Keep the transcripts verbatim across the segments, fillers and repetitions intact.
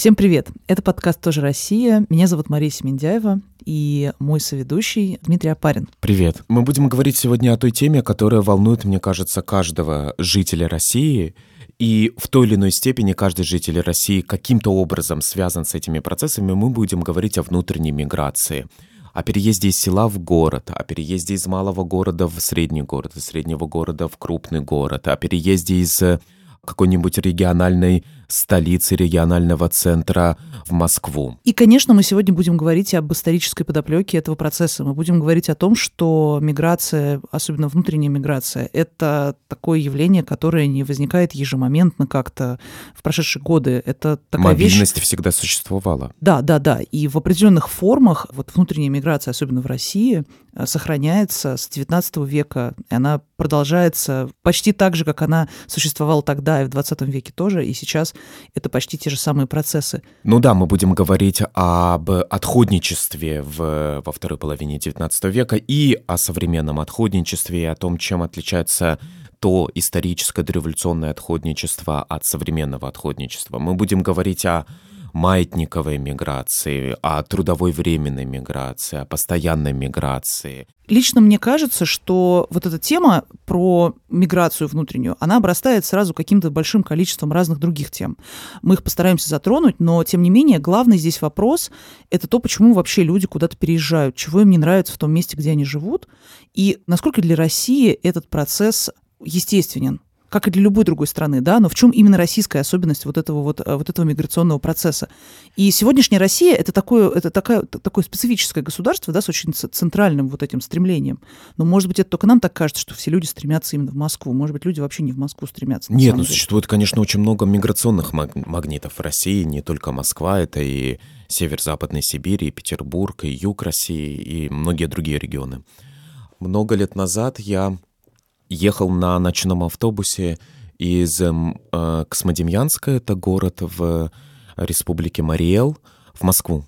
Всем привет! Это подкаст «Тоже Россия». Меня зовут Мария Семендяева и мой соведущий Дмитрий Опарин. Привет! Мы будем говорить сегодня о той теме, которая волнует, мне кажется, каждого жителя России. И в той или иной степени каждый житель России каким-то образом связан с этими процессами. Мы будем говорить о внутренней миграции. О переезде из села в город, о переезде из малого города в средний город, из среднего города в крупный город, о переезде из какой-нибудь региональной столицы, регионального центра в Москву. И, конечно, мы сегодня будем говорить об исторической подоплеке этого процесса. Мы будем говорить о том, что миграция, особенно внутренняя миграция, это такое явление, которое не возникает ежемоментно как-то в прошедшие годы. Это такая Мобильность вещь... всегда существовала. Да, да, да. И в определенных формах вот внутренняя миграция, особенно в России, сохраняется с девятнадцатого века. И она продолжается почти так же, как она существовала тогда и в двадцатом веке тоже, и сейчас это почти те же самые процессы. Ну да, мы будем говорить об отходничестве в, во второй половине девятнадцатого века и о современном отходничестве, и о том, чем отличается то историческое дореволюционное отходничество от современного отходничества. Мы будем говорить о маятниковой миграции, о трудовой временной миграции, о постоянной миграции. Лично мне кажется, что вот эта тема про миграцию внутреннюю, она обрастает сразу каким-то большим количеством разных других тем. Мы их постараемся затронуть, но, тем не менее, главный здесь вопрос – это то, почему вообще люди куда-то переезжают, чего им не нравится в том месте, где они живут, и насколько для России этот процесс естественен, как и для любой другой страны, да, но в чем именно российская особенность вот этого, вот, вот этого миграционного процесса. И сегодняшняя Россия – это, такое, это такое, такое специфическое государство, да, с очень центральным вот этим стремлением. Но, может быть, это только нам так кажется, что все люди стремятся именно в Москву. Может быть, люди вообще не в Москву стремятся. Нет, ну существует, конечно, очень много миграционных магнитов в России, не только Москва, это и север-западной Сибири, и Петербург, и юг России, и многие другие регионы. Много лет назад я ехал на ночном автобусе из э, Космодемьянска, это город в республике Мариэл, в Москву.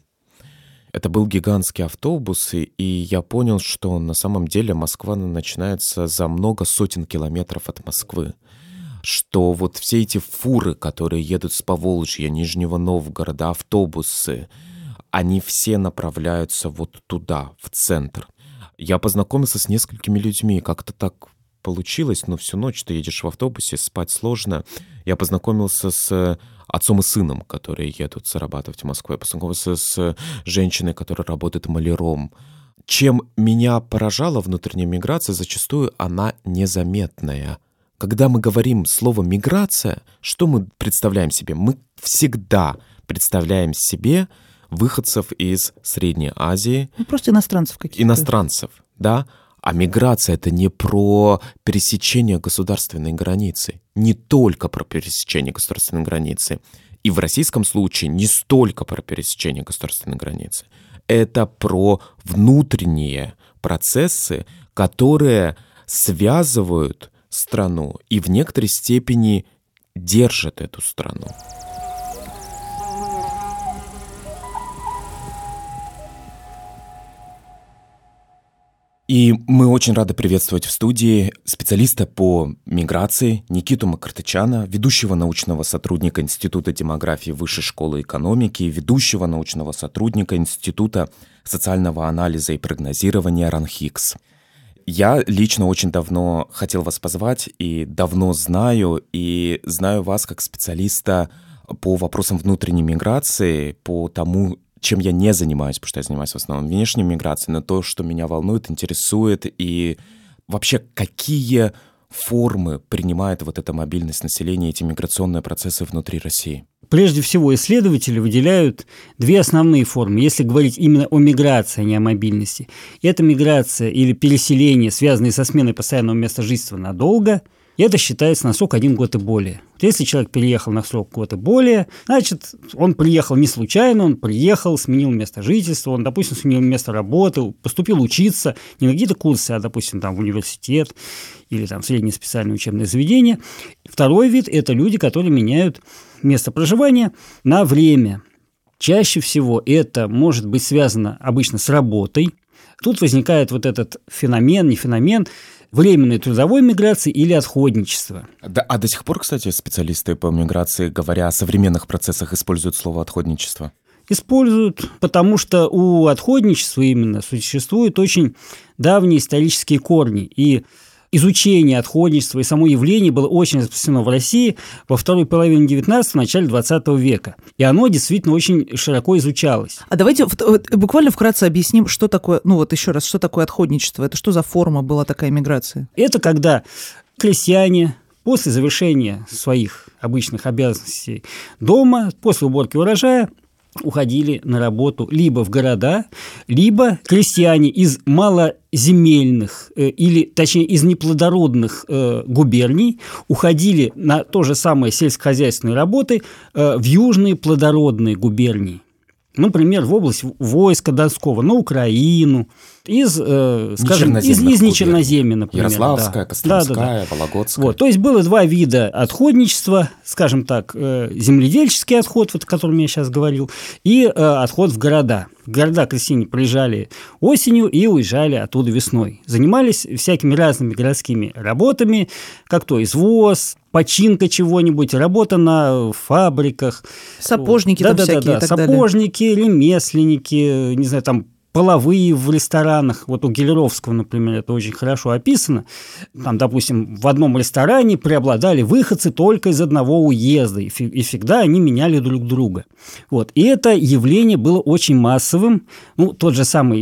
Это был гигантский автобус, и, и я понял, что на самом деле Москва начинается за много сотен километров от Москвы. Что вот все эти фуры, которые едут с Поволжья, Нижнего Новгорода, автобусы, они все направляются вот туда, в центр. Я познакомился с несколькими людьми, как-то так получилось, но всю ночь ты едешь в автобусе, спать сложно. Я познакомился с отцом и сыном, которые едут зарабатывать в Москву. Я познакомился с женщиной, которая работает маляром. Чем меня поражала внутренняя миграция, зачастую она незаметная. Когда мы говорим слово «миграция», что мы представляем себе? Мы всегда представляем себе выходцев из Средней Азии. Ну, просто иностранцев каких-то. Иностранцев, да. А миграция — это не про пересечение государственной границы, не только про пересечение государственной границы. И в российском случае не столько про пересечение государственной границы. Это про внутренние процессы, которые связывают страну и в некоторой степени держат эту страну. И мы очень рады приветствовать в студии специалиста по миграции Никиту Макартычана, ведущего научного сотрудника Института демографии Высшей школы экономики, ведущего научного сотрудника Института социального анализа и прогнозирования РАНХИКС. Я лично очень давно хотел вас позвать и давно знаю, и знаю вас как специалиста по вопросам внутренней миграции, по тому, чем я не занимаюсь, потому что я занимаюсь в основном внешней миграцией, но то, что меня волнует, интересует, и вообще какие формы принимает вот эта мобильность населения, эти миграционные процессы внутри России? Прежде всего, исследователи выделяют две основные формы, если говорить именно о миграции, а не о мобильности. Это миграция или переселение, связанные со сменой постоянного места жительства надолго. И это считается на срок один год и более. Вот если человек переехал на срок год и более, значит, он приехал не случайно, он приехал, сменил место жительства, он, допустим, сменил место работы, поступил учиться, не на какие-то курсы, а, допустим, там, в университет или там, в среднее специальное учебное заведение. Второй вид – это люди, которые меняют место проживания на время. Чаще всего это может быть связано обычно с работой. Тут возникает вот этот феномен, не феномен, временной трудовой миграции или отходничества. Да, а до сих пор, кстати, специалисты по миграции, говоря о современных процессах, используют слово «отходничество»? Используют, потому что у отходничества именно существуют очень давние исторические корни, и изучение отходничества и само явление было очень распространено в России во второй половине девятнадцатого, начале двадцатого века. И оно действительно очень широко изучалось. А давайте буквально вкратце объясним, что такое, ну вот еще раз, что такое отходничество? Это что за форма была такая миграция? Это когда крестьяне после завершения своих обычных обязанностей дома, после уборки урожая, уходили на работу либо в города, либо крестьяне из малоземельных э, или, точнее, из неплодородных э, губерний уходили на то же самое сельскохозяйственные работы э, в южные плодородные губернии. Например, в область войска Донского, на Украину, из, э, скажем, из, из нечерноземья, например. Ярославская, да. Костромская, да, да, да. Вологодская. Вот, то есть было два вида отходничества, скажем так, э, земледельческий отход, вот, о котором я сейчас говорил, и э, отход в города. В города крестьяне приезжали осенью и уезжали оттуда весной. Занимались всякими разными городскими работами, как то извоз, починка чего-нибудь, работа на фабриках. Сапожники да, там да, всякие да, да. и так Сапожники, далее. ремесленники, не знаю, там половые в ресторанах. Вот у Гелеровского, например, это очень хорошо описано. Там, допустим, в одном ресторане преобладали выходцы только из одного уезда, и всегда они меняли друг друга. Вот. И это явление было очень массовым. Ну, тот же самый,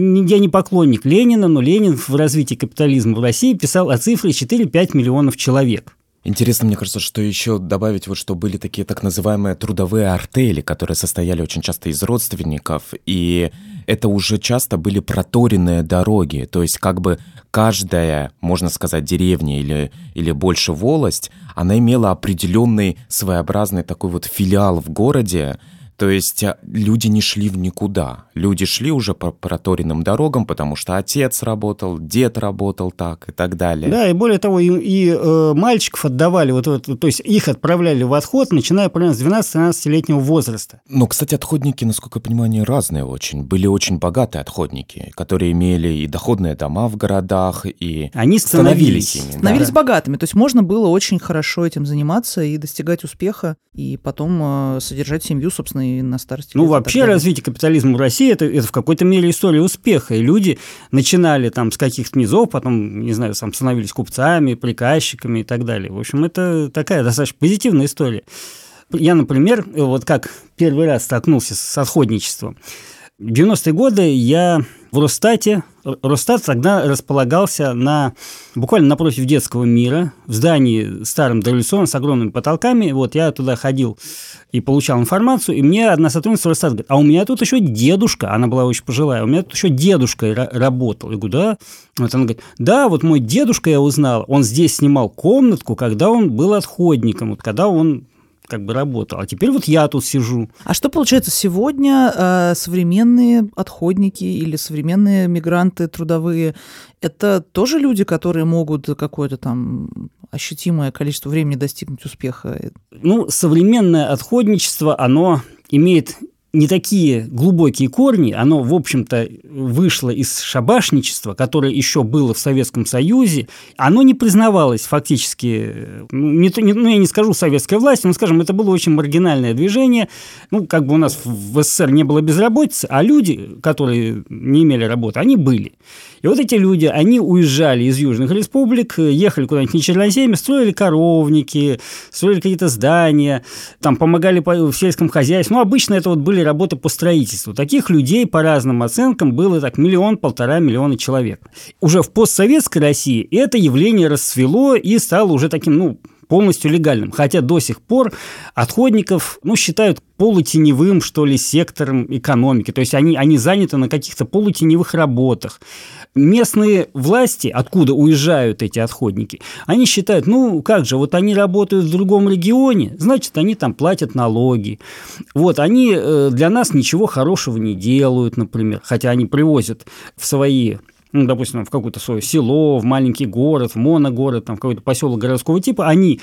я не поклонник Ленина, но Ленин в развитии капитализма в России писал о цифре четыре-пять миллионов человек. Интересно, мне кажется, что еще добавить, вот, что были такие так называемые трудовые артели, которые состояли очень часто из родственников, и это уже часто были проторенные дороги, то есть как бы каждая, можно сказать, деревня или, или больше волость, она имела определенный своеобразный такой вот филиал в городе. То есть люди не шли в никуда. Люди шли уже по проторенным дорогам, потому что отец работал, дед работал так и так далее. Да, и более того, и, и э, мальчиков отдавали, вот, вот, то есть их отправляли в отход, начиная примерно с двенадцати-тринадцатилетнего возраста. Но, кстати, отходники, насколько я понимаю, они разные очень. Были очень богатые отходники, которые имели и доходные дома в городах, и они становились, становились ими. Да. Становились богатыми. То есть можно было очень хорошо этим заниматься и достигать успеха, и потом э, содержать семью, собственно, и на старости. Ну, вообще развитие капитализма в России это, это в какой-то мере история успеха. И люди начинали там с каких-то низов, потом, не знаю, сам становились купцами, приказчиками и так далее. В общем, это такая достаточно позитивная история. Я, например, вот как первый раз столкнулся с отходничеством. В девяностые годы я в Росстате, Росстат тогда располагался на, буквально напротив Детского мира, в здании старом дореволюционном с огромными потолками. Вот я туда ходил и получал информацию, и мне одна сотрудница Росстата говорит: а у меня тут еще дедушка, она была очень пожилая, у меня тут еще дедушка работал. Я говорю: да? Вот она говорит: да, вот мой дедушка, я узнал, он здесь снимал комнатку, когда он был отходником, вот когда он как бы работал. А теперь вот я тут сижу. А что получается сегодня э, современные отходники или современные мигранты трудовые? Это тоже люди, которые могут какое-то там ощутимое количество времени достигнуть успеха? Ну, современное отходничество, оно имеет не такие глубокие корни, оно, в общем-то, вышло из шабашничества, которое еще было в Советском Союзе, оно не признавалось фактически, ну, не, не, ну, я не скажу советской власти, но, скажем, это было очень маргинальное движение, ну, как бы у нас в СССР не было безработицы, а люди, которые не имели работы, они были. И вот эти люди, они уезжали из южных республик, ехали куда-нибудь на Черноземье, строили коровники, строили какие-то здания, там помогали в сельском хозяйстве. Ну, обычно это вот были работы по строительству. Таких людей, по разным оценкам, было так миллион-полтора миллиона человек. Уже в постсоветской России это явление расцвело и стало уже таким, ну, полностью легальным. Хотя до сих пор отходников, ну, считают полутеневым, что ли, сектором экономики. То есть они, они заняты на каких-то полутеневых работах. Местные власти, откуда уезжают эти отходники, они считают, ну, как же, вот они работают в другом регионе, значит, они там платят налоги. Вот, они для нас ничего хорошего не делают, например, хотя они привозят в свои... ну, допустим, в какое-то свое село, в маленький город, в моногород, там, в какой-то поселок городского типа, они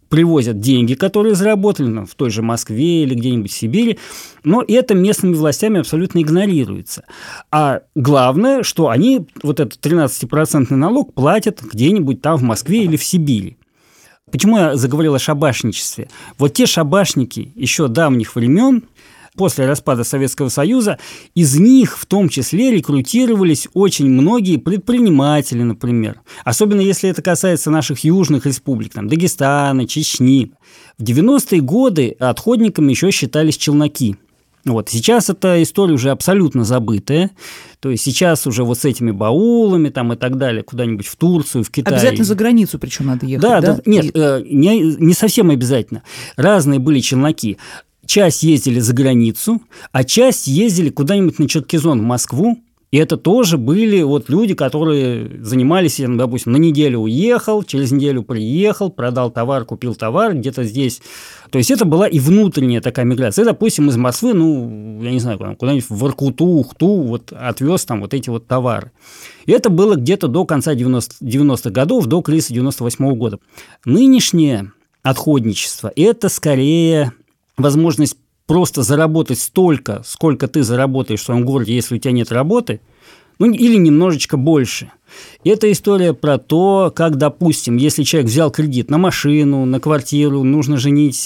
привозят деньги, которые заработали ну, в той же Москве или где-нибудь в Сибири, но это местными властями абсолютно игнорируется. А главное, что они вот этот тринадцатипроцентный налог платят где-нибудь там в Москве или в Сибири. Почему я заговорил о шабашничестве? Вот те шабашники еще давних времен, после распада Советского Союза, из них в том числе рекрутировались очень многие предприниматели, например. Особенно если это касается наших южных республик, там, Дагестана, Чечни. В девяностые годы отходниками еще считались челноки. Вот. Сейчас эта история уже абсолютно забытая. То есть сейчас уже вот с этими баулами там, и так далее куда-нибудь в Турцию, в Китай. Обязательно за границу причем надо ехать, да? Да, да. Нет, и... не, не совсем обязательно. Разные были челноки. Часть ездили за границу, а часть ездили куда-нибудь на Черкизон в Москву. И это тоже были вот люди, которые занимались, допустим, на неделю уехал, через неделю приехал, продал товар, купил товар где-то здесь. То есть это была и внутренняя такая миграция. И, допустим, из Москвы, ну, я не знаю, куда-нибудь в Воркуту, Ухту вот отвез там вот эти вот товары. И это было где-то до конца девяностых годов, до кризиса девяносто восьмого года. Нынешнее отходничество – это скорее возможность просто заработать столько, сколько ты заработаешь в своем городе, если у тебя нет работы, ну или немножечко больше. И это история про то, как, допустим, если человек взял кредит на машину, на квартиру, нужно женить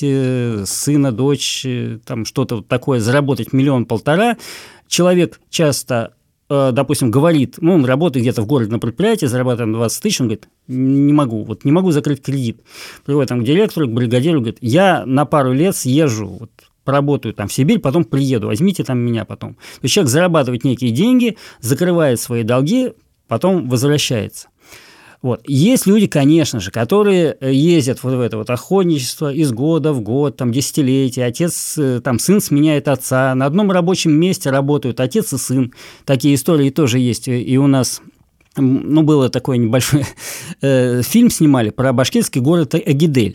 сына, дочь, там что-то вот такое, заработать миллион-полтора, человек часто, допустим, говорит, ну, он работает где-то в городе на предприятии, зарабатывает двадцать тысяч, он говорит, не могу, вот не могу закрыть кредит. Приводит там к директору, к бригадиру, говорит, я на пару лет съезжу, вот, поработаю там в Сибирь, потом приеду, возьмите там меня потом. То есть человек зарабатывает некие деньги, закрывает свои долги, потом возвращается. Вот. Есть люди, конечно же, которые ездят вот в это вот охотничество из года в год, там, десятилетия. Отец, там, сын сменяет отца. На одном рабочем месте работают отец и сын. Такие истории тоже есть. И у нас, ну, было такой небольшой э, фильм снимали про башкирский город Агидель.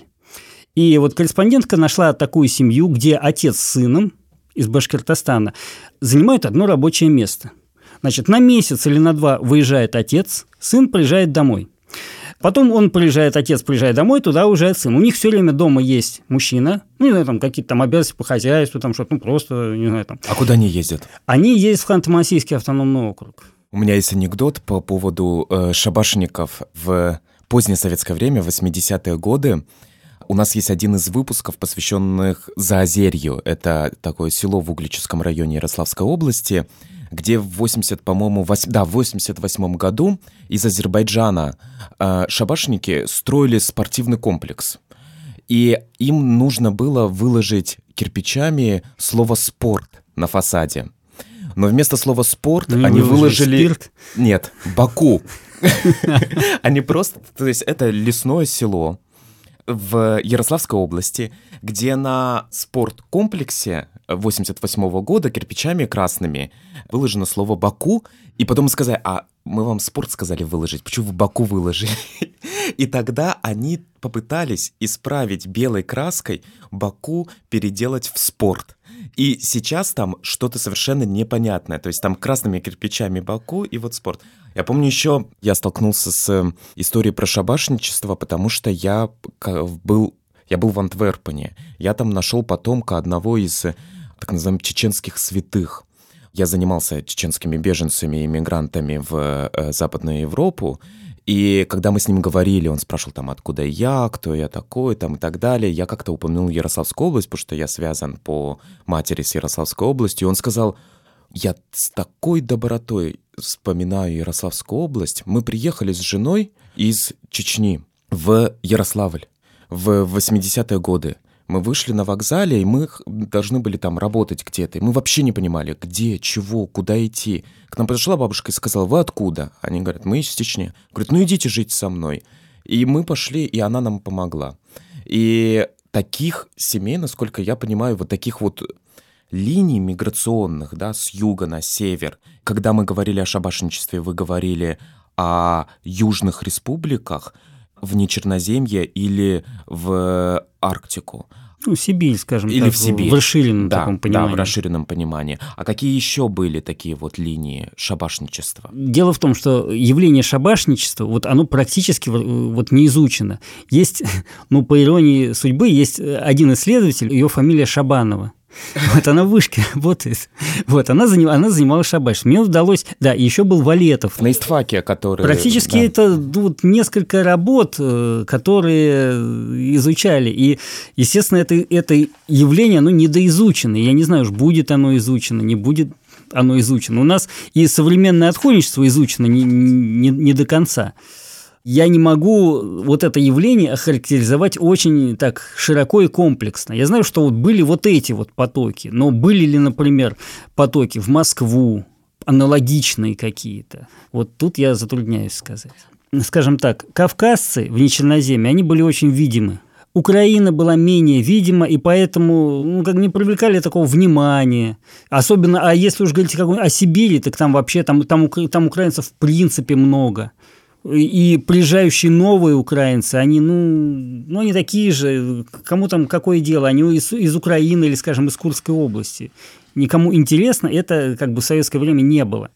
И вот корреспондентка нашла такую семью, где отец с сыном из Башкортостана занимают одно рабочее место. Значит, на месяц или на два выезжает отец, сын приезжает домой. Потом он приезжает, отец приезжает домой, туда уезжает сын. У них все время дома есть мужчина, ну, не знаю, там какие-то там обязанности по хозяйству, там что-то, ну, просто, не знаю, там. А куда они ездят? Они ездят в Ханты-Мансийский автономный округ. У меня есть анекдот по поводу э, шабашников в позднее советское время, восьмидесятые годы. У нас есть один из выпусков, посвященных Заозерью. Это такое село в Угличском районе Ярославской области, где в восемьдесят, по-моему, восемь, да, в восемьдесят восьмом году из Азербайджана э, шабашники строили спортивный комплекс. И им нужно было выложить кирпичами слово «спорт» на фасаде. Но вместо слова «спорт» ну, они выложили... Спирт? Нет, Баку. Они просто... То есть это лесное село в Ярославской области, где на спорткомплексе восемьдесят восьмого года кирпичами красными выложено слово «Баку», и потом сказали, а мы вам спорт сказали выложить, почему вы Баку выложили? И тогда они попытались исправить белой краской Баку, переделать в спорт. И сейчас там что-то совершенно непонятное, то есть там красными кирпичами Баку и вот спорт. Я помню еще, я столкнулся с историей про шабашничество, потому что я был, я был в Антверпене. Я там нашел потомка одного из, так называемых, чеченских святых. Я занимался чеченскими беженцами и мигрантами в э, Западную Европу, и когда мы с ним говорили, он спрашивал там, откуда я, кто я такой, там и так далее. Я как-то упомянул Ярославскую область, потому что я связан по матери с Ярославской областью, и он сказал, я с такой добротой вспоминаю Ярославскую область. Мы приехали с женой из Чечни в Ярославль в восьмидесятые годы. Мы вышли на вокзале, и мы должны были там работать где-то. И мы вообще не понимали, где, чего, куда идти. К нам подошла бабушка и сказала, вы откуда? Они говорят, мы из Чечни. Говорят, ну идите жить со мной. И мы пошли, и она нам помогла. И таких семей, насколько я понимаю, вот таких вот линий миграционных, да, с юга на север. Когда мы говорили о шабашничестве, вы говорили о южных республиках, в Нечерноземье или в Арктику. Ну, Сибирь, скажем Или так, в Сибирь. в расширенном да, таком понимании. Да, в расширенном понимании. А какие еще были такие вот линии шабашничества? Дело в том, что явление шабашничества, вот оно практически вот не изучено. Есть, ну, по иронии судьбы, есть один исследователь, ее фамилия Шабанова. Вот она в вышке работает. Вот, она, заним, она занималась шабашем. Мне удалось... Да, и еще был Валетов. На истфаке, который... Практически да. это ну, вот несколько работ, которые изучали. И, естественно, это, это явление, оно недоизучено. Я не знаю, уж будет оно изучено, не будет оно изучено. У нас и современное отходничество изучено не, не, не до конца. Я не могу вот это явление охарактеризовать очень так широко и комплексно. Я знаю, что вот были вот эти вот потоки, но были ли, например, потоки в Москву, аналогичные какие-то? Вот тут я затрудняюсь сказать. Скажем так, кавказцы в Нечерноземье, они были очень видимы. Украина была менее видима, и поэтому ну, как не привлекали такого внимания. Особенно, а если уж говорить о Сибири, так там вообще там, там, там украинцев в принципе много. И приезжающие новые украинцы, они, ну, ну, они такие же, кому там какое дело, они из, из Украины или, скажем, из Курской области. Никому интересно, это как бы в советское время не было.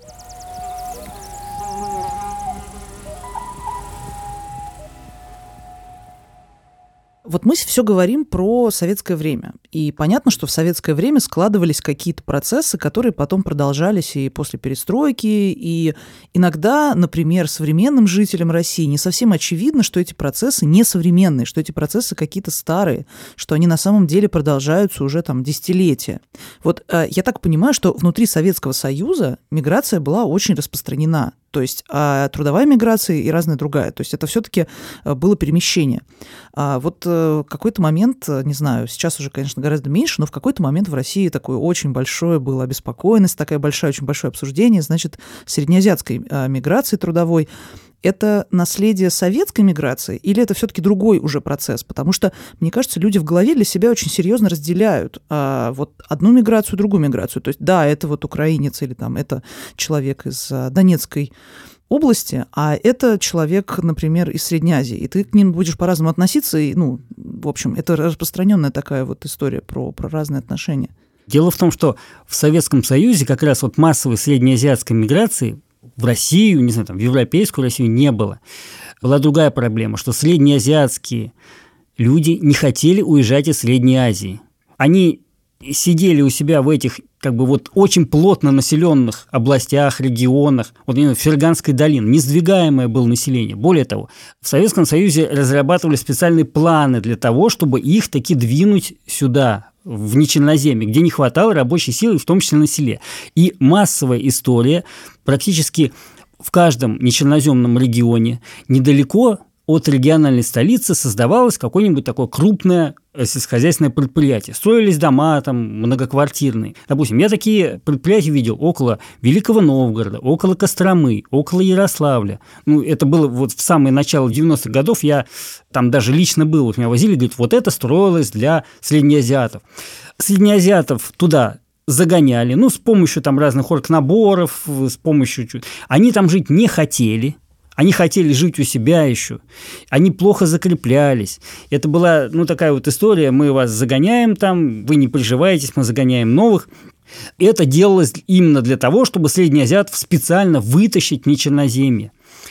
Вот мы все говорим про советское время. И понятно, что в советское время складывались какие-то процессы, которые потом продолжались и после перестройки. И иногда, например, современным жителям России не совсем очевидно, что эти процессы не современные, что эти процессы какие-то старые, что они на самом деле продолжаются уже там десятилетия. Вот я так понимаю, что внутри Советского Союза миграция была очень распространена. То есть а трудовая миграция и разная другая. То есть это все-таки было перемещение. А вот в какой-то момент, не знаю, сейчас уже, конечно, гораздо меньше, но в какой-то момент в России такое очень большое была обеспокоенность, такая большая, очень большое обсуждение, значит, среднеазиатской миграции трудовой. Это наследие советской миграции или это все-таки другой уже процесс? Потому что, мне кажется, люди в голове для себя очень серьезно разделяют а, вот одну миграцию, другую миграцию. То есть, да, это вот украинец или там это человек из а, Донецкой области, а это человек, например, из Средней Азии. И ты к ним будешь по-разному относиться. И, ну, в общем, это распространенная такая вот история про, про разные отношения. Дело в том, что в Советском Союзе как раз вот массовой среднеазиатской миграции в Россию, не знаю, там, в европейскую Россию не было. Была другая проблема, что среднеазиатские люди не хотели уезжать из Средней Азии. Они сидели у себя в этих как бы вот очень плотно населенных областях, регионах, вот в Ферганской долине, несдвигаемое было население. Более того, в Советском Союзе разрабатывали специальные планы для того, чтобы их таки двинуть сюда, в Нечерноземье, где не хватало рабочей силы, в том числе на селе. И массовая история практически в каждом нечерноземном регионе недалеко от региональной столицы создавалось какое-нибудь такое крупное сельскохозяйственное предприятие. Строились дома там многоквартирные. Допустим, я такие предприятия видел около Великого Новгорода, около Костромы, около Ярославля. Ну, это было вот в самое начало девяностых годов. Я там даже лично был, вот меня возили, говорят, вот это строилось для среднеазиатов. Среднеазиатов туда загоняли, ну, с помощью там разных оргнаборов, с помощью... Они там жить не хотели. Они хотели жить у себя еще, они плохо закреплялись. Это была, ну, такая вот история, мы вас загоняем там, вы не приживаетесь, мы загоняем новых. Это делалось именно для того, чтобы среднеазиатов специально вытащить в Нечерноземье.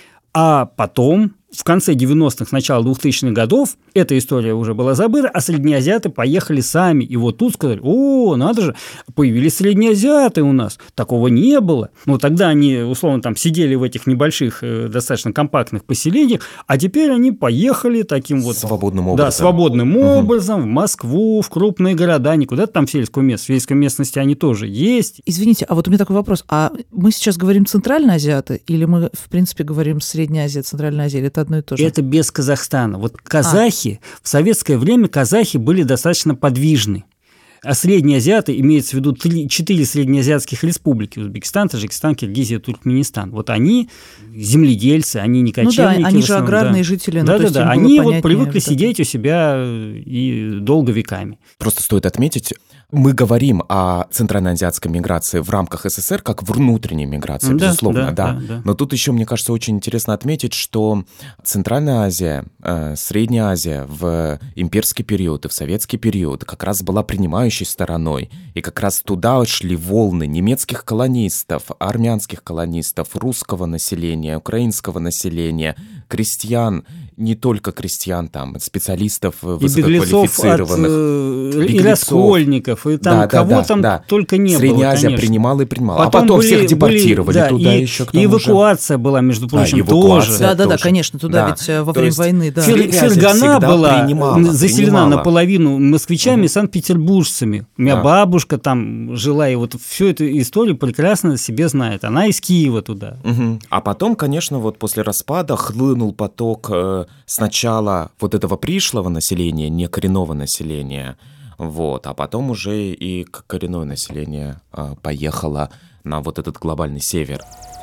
А потом, в конце девяностых, начало двухтысячных годов, эта история уже была забыта, а среднеазиаты поехали сами. И вот тут сказали, о, надо же, появились среднеазиаты у нас. Такого не было. Ну, тогда они, условно, там сидели в этих небольших, достаточно компактных поселениях, а теперь они поехали таким вот... Свободным образом. Да, свободным угу. образом в Москву, в крупные города, не куда-то там в сельскую местность. В сельской местности они тоже есть. Извините, а вот у меня такой вопрос. А мы сейчас говорим центральные азиаты или мы, в принципе, говорим Средняя Азия, Центральная Азия? Или это одно и то же? Это без Казахстана. Вот казахи, а. в советское время казахи были достаточно подвижны. А средние азиаты, имеется в виду три, четыре среднеазиатских республики: Узбекистан, Таджикистан, Киргизия, Туркменистан. Вот они земледельцы, они не кочевники. Ну да, они же аграрные да. жители. Да, ну, да, да. Они вот привыкли вот сидеть у себя и долго веками. Просто стоит отметить, Мы говорим о центральноазиатской миграции в рамках СССР как внутренней миграции, да, безусловно, да, да. Да, да. Но тут еще, мне кажется, очень интересно отметить, что Центральная Азия, э, Средняя Азия в имперский период и в советский период как раз была принимающей стороной. И как раз туда шли волны немецких колонистов, армянских колонистов, русского населения, украинского населения, крестьян, не только крестьян, там, специалистов высококвалифицированных. От, и раскольников, и там да, кого да, да, там да. только не Средняя было, Средняя Азия конечно. принимала и принимала. Потом а потом были, всех депортировали были, да, туда и, еще к тому и эвакуация же. была, между прочим, да, тоже. Да-да-да, конечно, туда да. ведь во То время есть войны, да. Фер, Фергана была принимала, заселена принимала. наполовину москвичами угу. и санкт-петербуржцами. У меня да. бабушка там жила, и вот всю эту историю прекрасно себе знает. Она из Киева туда. Угу. А потом, конечно, вот после распада хлынул поток э, сначала вот этого пришлого населения, не коренного населения, вот, а потом уже и коренное население э, поехало на вот этот глобальный север.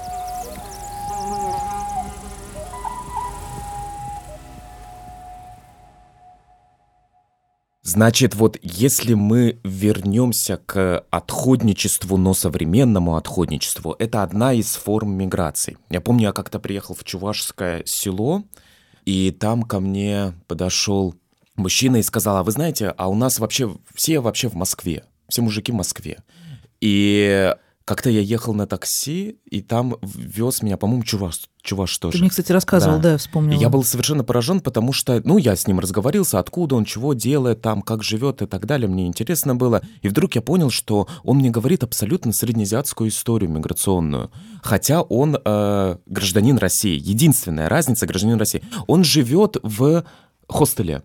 Значит, вот если мы вернемся к отходничеству, но современному отходничеству, это одна из форм миграции. Я помню, я как-то приехал в чувашское село, и там ко мне подошел мужчина и сказал: а вы знаете, а у нас вообще все вообще в Москве, все мужики в Москве. И как-то я ехал на такси, и там вез меня, по-моему, чуваш, чуваш тоже. Ты мне, кстати, рассказывал, да, да я вспомнила. И я был совершенно поражен, потому что, ну, я с ним разговорился, откуда он, чего делает там, как живет и так далее, мне интересно было. И вдруг я понял, что он мне говорит абсолютно среднеазиатскую историю миграционную. Хотя он э, гражданин России. Единственная разница — гражданин России. Он живет в хостеле.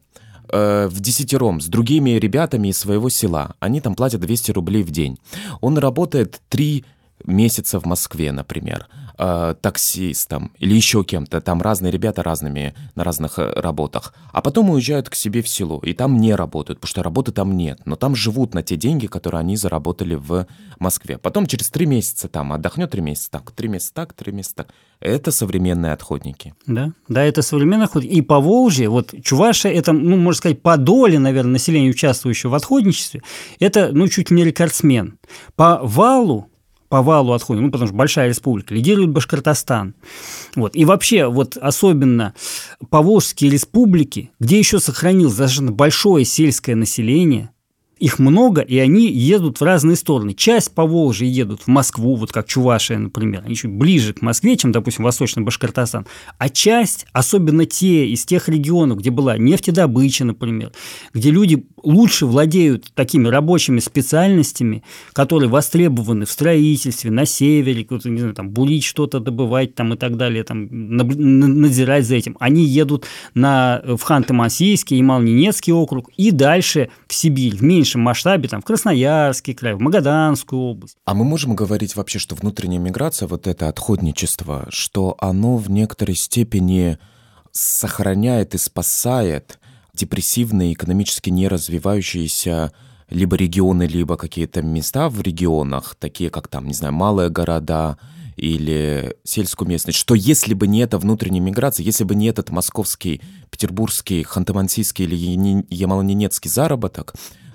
В десятером с другими ребятами из своего села. Они там платят двести рублей в день. Он работает три месяца в Москве, например, э, таксистом или еще кем-то. Там разные ребята разными, на разных работах. А потом уезжают к себе в село, и там не работают, потому что работы там нет. Но там живут на те деньги, которые они заработали в Москве. Потом через три месяца там отдохнет, три месяца так, три месяца так, три месяца так. Это современные отходники. Да, да, это современные отходники. И по Волжье, вот Чувашия, это, ну, можно сказать, по доле, наверное, населения, участвующего в отходничестве, это, ну, чуть ли не рекордсмен. По валу, по валу отходников, ну, потому что большая республика, лидирует Башкортостан. Вот. И вообще, вот особенно поволжские республики, где еще сохранилось достаточно большое сельское население, их много, и они едут в разные стороны. Часть Поволжья едут в Москву, вот как Чувашия, например, они чуть ближе к Москве, чем, допустим, Восточный Башкортостан. А часть, особенно те из тех регионов, где была нефтедобыча, например, где люди лучше владеют такими рабочими специальностями, которые востребованы в строительстве, на севере, не знаю, там, бурить что-то, добывать там, и так далее, там, надзирать за этим. Они едут на, в Ханты-Мансийский, Ямал-Ненецкий округ и дальше в Сибирь, в меньшем масштабе, там, в Красноярский край, в Магаданскую область. А мы можем говорить вообще, что внутренняя миграция, вот это отходничество, что оно в некоторой степени сохраняет и спасает депрессивные, экономически не развивающиеся либо регионы, либо какие-то места в регионах, такие как там, не знаю, малые города или сельскую местность, что если бы не эта внутренняя миграция, если бы не этот московский, петербургский, ханты-мансийский или ямало-ненецкий заработок,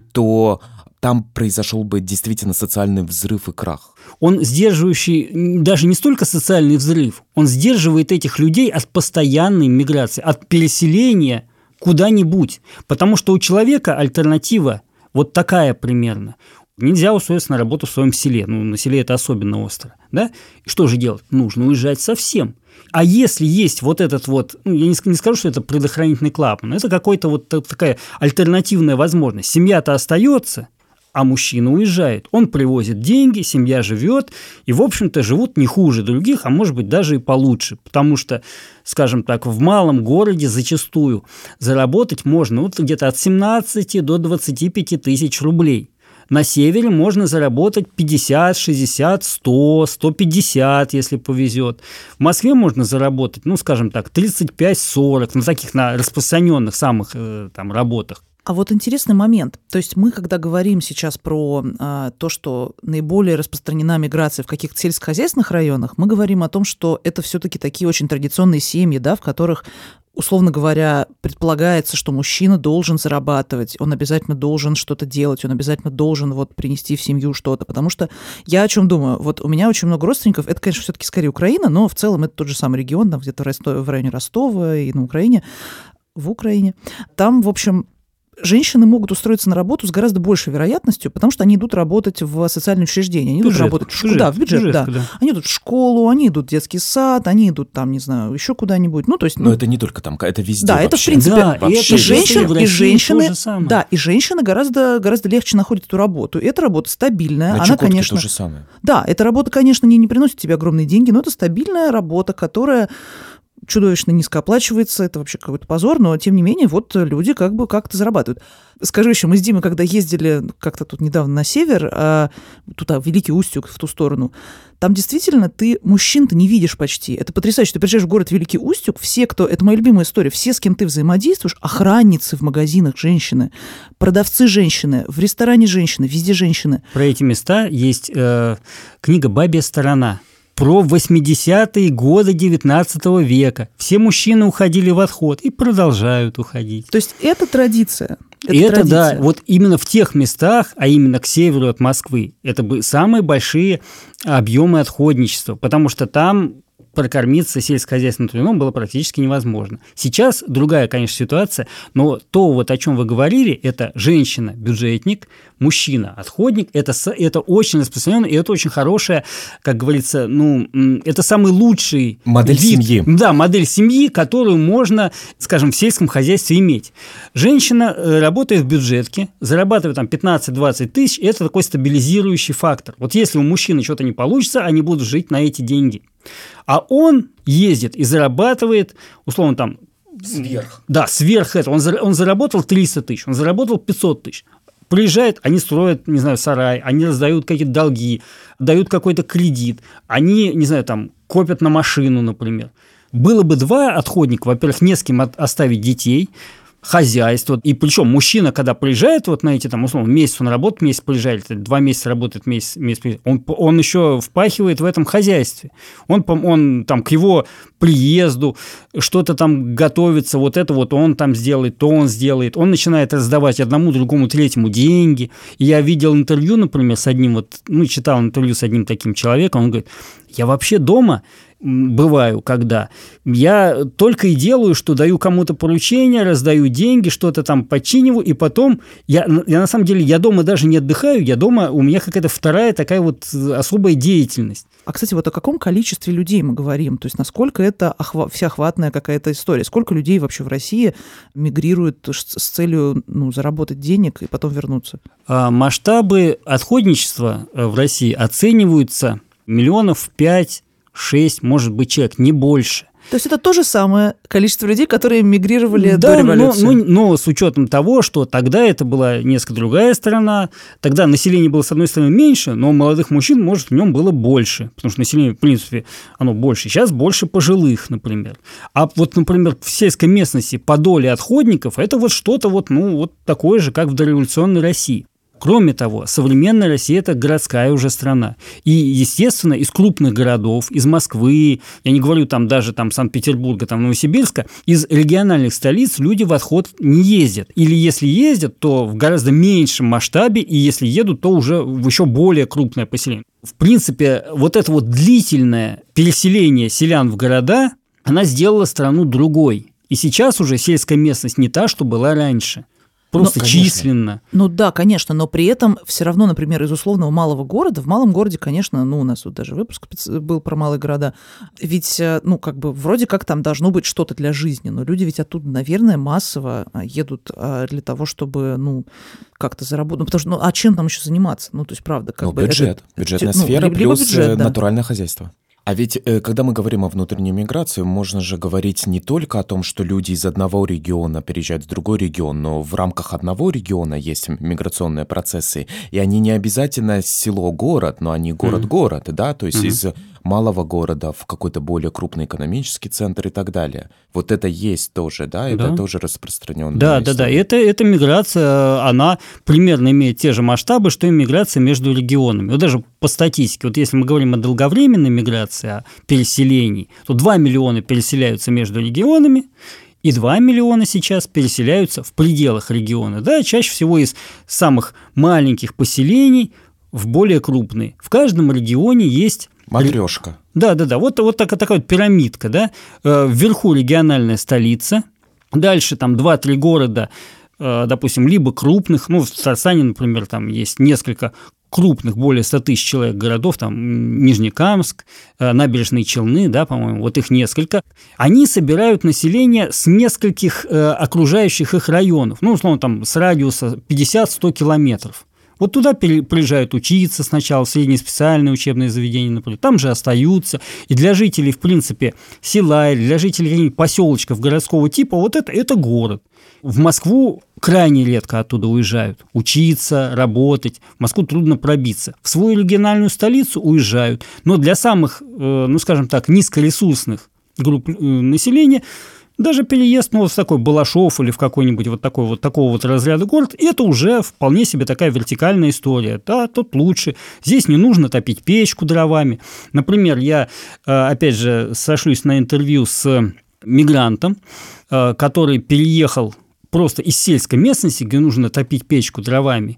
то там произошел бы действительно социальный взрыв и крах. Он сдерживающий даже не столько социальный взрыв, он сдерживает этих людей от постоянной миграции, от переселения куда-нибудь. Потому что у человека альтернатива вот такая примерно. Нельзя устроиться на работу в своем селе. Ну, на селе это особенно остро. Да? И что же делать? Нужно уезжать совсем. А если есть вот этот вот, ну, я не скажу, что это предохранительный клапан, это какая-то вот такая альтернативная возможность. Семья-то остается, а мужчина уезжает. Он привозит деньги, семья живет, и, в общем-то, живут не хуже других, а может быть, даже и получше. Потому что, скажем так, в малом городе зачастую заработать можно вот где-то от семнадцати до двадцати пяти тысяч рублей. На севере можно заработать пятьдесят, шестьдесят, сто, сто пятьдесят, если повезет. В Москве можно заработать, ну, скажем так, тридцать пять сорок, на таких на распространенных самых э, там работах. А вот интересный момент. То есть мы, когда говорим сейчас про а, то, что наиболее распространена миграция в каких-то сельскохозяйственных районах, мы говорим о том, что это все-таки такие очень традиционные семьи, да, в которых условно говоря, предполагается, что мужчина должен зарабатывать, он обязательно должен что-то делать, он обязательно должен вот принести в семью что-то. Потому что я о чем думаю? Вот у меня очень много родственников, это, конечно, все-таки скорее Украина, но в целом это тот же самый регион, там где-то в, Ростове, в районе Ростова и на Украине, в Украине. Там, в общем, женщины могут устроиться на работу с гораздо большей вероятностью, потому что они идут работать в социальные учреждения, они бюджет, идут работать в школу, да, в бюджет, бюджет, да. да. Они идут в школу, они идут в детский сад, они идут там, не знаю, еще куда-нибудь. Ну, то есть, но ну, это не только там, это везде. Да, вообще. это в принципе. Да, вообще. И, женщин, и женщины, да, и женщины гораздо, гораздо легче находят эту работу. И эта работа стабильная. На она, конечно, то же самое. Да, эта работа, конечно, не, не приносит тебе огромные деньги, но это стабильная работа, которая чудовищно низко оплачивается, это вообще какой-то позор, но тем не менее вот люди как бы как-то зарабатывают. Скажу еще, мы с Димой, когда ездили как-то тут недавно на север, а, туда, в Великий Устюг, в ту сторону, там действительно ты мужчин-то не видишь почти. Это потрясающе. Ты приезжаешь в город Великий Устюг, все, кто... Это моя любимая история. Все, с кем ты взаимодействуешь, охранницы в магазинах женщины, продавцы женщины, в ресторане женщины, везде женщины. Про эти места есть э, книга «Бабья сторона». Про восьмидесятые годы девятнадцатого века. Все мужчины уходили в отход и продолжают уходить. То есть это традиция. Это, и это, традиция. Да, вот именно в тех местах, а именно к северу от Москвы, это бы самые большие объемы отходничества, потому что там прокормиться сельскохозяйственным трудом было практически невозможно. Сейчас другая, конечно, ситуация, но то, вот о чем вы говорили, это женщина-бюджетник, мужчина-отходник, это, это очень распространенно, и это очень хорошая, как говорится, ну, это самый лучший модель вид, семьи. Да, модель семьи, которую можно, скажем, в сельском хозяйстве иметь. Женщина работает в бюджетке, зарабатывает там пятнадцать-двадцать тысяч, это такой стабилизирующий фактор. Вот если у мужчины что-то не получится, они будут жить на эти деньги. А он ездит и зарабатывает, условно, там... Сверх. Да, сверх этого. Он, он заработал триста тысяч, он заработал пятьсот тысяч. Приезжает, они строят, не знаю, сарай, они раздают какие-то долги, дают какой-то кредит, они, не знаю, там, копят на машину, например. Было бы два отходника, во-первых, не с кем оставить детей, хозяйство. И причем мужчина, когда приезжает вот на эти, там, условно, месяц он работает, месяц приезжает, два месяца работает, месяц, месяц приезжает, он, он еще впахивает в этом хозяйстве. Он, он там к его приезду что-то там готовится, вот это вот он там сделает, то он сделает. Он начинает раздавать одному, другому, третьему деньги. И я видел интервью, например, с одним, вот, ну, читал интервью с одним таким человеком, он говорит, я вообще дома... бываю, когда я только и делаю, что даю кому-то поручения, раздаю деньги, что-то там подчиниваю, и потом я, я на самом деле, я дома даже не отдыхаю, я дома, у меня какая-то вторая такая вот особая деятельность. А, кстати, вот о каком количестве людей мы говорим? То есть насколько это охва- всеохватная какая-то история? Сколько людей вообще в России мигрирует с целью, ну, заработать денег и потом вернуться? А масштабы отходничества в России оцениваются миллионов пять шесть, может быть, человек, не больше. То есть это то же самое количество людей, которые мигрировали да, до революции? Но, но, но с учетом того, что тогда это была несколько другая страна, тогда население было, с одной стороны, меньше, но молодых мужчин, может, в нем было больше, потому что население, в принципе, оно больше. Сейчас больше пожилых, например. А вот, например, в сельской местности по доле отходников это вот что-то вот, ну, вот такое же, как в дореволюционной России. Кроме того, современная Россия – это городская уже страна. И, естественно, из крупных городов, из Москвы, я не говорю там даже там, Санкт-Петербурга, там, Новосибирска, из региональных столиц люди в отход не ездят. Или если ездят, то в гораздо меньшем масштабе, и если едут, то уже в еще более крупное поселение. В принципе, вот это вот длительное переселение селян в города, она сделала страну другой. И сейчас уже сельская местность не та, что была раньше. Просто ну, численно. Ну да, конечно, но при этом все равно, например, из условного малого города, в малом городе, конечно, ну у нас вот даже выпуск был про малые города, ведь, ну как бы вроде как там должно быть что-то для жизни, но люди ведь оттуда, наверное, массово едут для того, чтобы, ну, как-то заработать, ну потому что, ну а чем там еще заниматься? Ну то есть правда, как ну, бы... бюджет, это, бюджетная ну, сфера либо плюс бюджет, да. натуральное хозяйство. А ведь, когда мы говорим о внутренней миграции, можно же говорить не только о том, что люди из одного региона переезжают в другой регион, но в рамках одного региона есть миграционные процессы, и они не обязательно село-город, но они город-город, mm-hmm. да, то есть mm-hmm. из малого города в какой-то более крупный экономический центр и так далее. Вот это есть тоже, да, это да. тоже распространенная Да, история. да, да, это, это миграция, она примерно имеет те же масштабы, что и миграция между регионами. Вот даже по статистике, вот если мы говорим о долговременной миграции, о переселении, то два миллиона переселяются между регионами, и два миллиона сейчас переселяются в пределах региона. Да, чаще всего из самых маленьких поселений в более крупные. В каждом регионе есть... Матрешка. Да, да, да. Вот, вот такая, такая вот пирамидка, да. Вверху региональная столица. Дальше там два-три города, допустим, либо крупных. Ну, в Татарстане, например, там есть несколько крупных, более ста тысяч человек городов, там Нижнекамск, Набережные Челны, да, по-моему, вот их несколько. Они собирают население с нескольких окружающих их районов. Ну, условно, там с радиуса пятьдесят-сто километров. Вот туда приезжают учиться сначала, в средние специальные учебные заведения, например, там же остаются. И для жителей, в принципе, села, или для жителей поселочков городского типа, вот это, это город. В Москву крайне редко оттуда уезжают. Учиться, работать. В Москву трудно пробиться. В свою региональную столицу уезжают. Но для самых, ну, скажем так, низкоресурсных групп населения даже переезд, ну, в такой Балашов или в какой-нибудь вот такой вот такого вот разряда город, это уже вполне себе такая вертикальная история. Да, тут лучше. Здесь не нужно топить печку дровами. Например, я, опять же, сошлюсь на интервью с мигрантом, который переехал просто из сельской местности, где нужно топить печку дровами.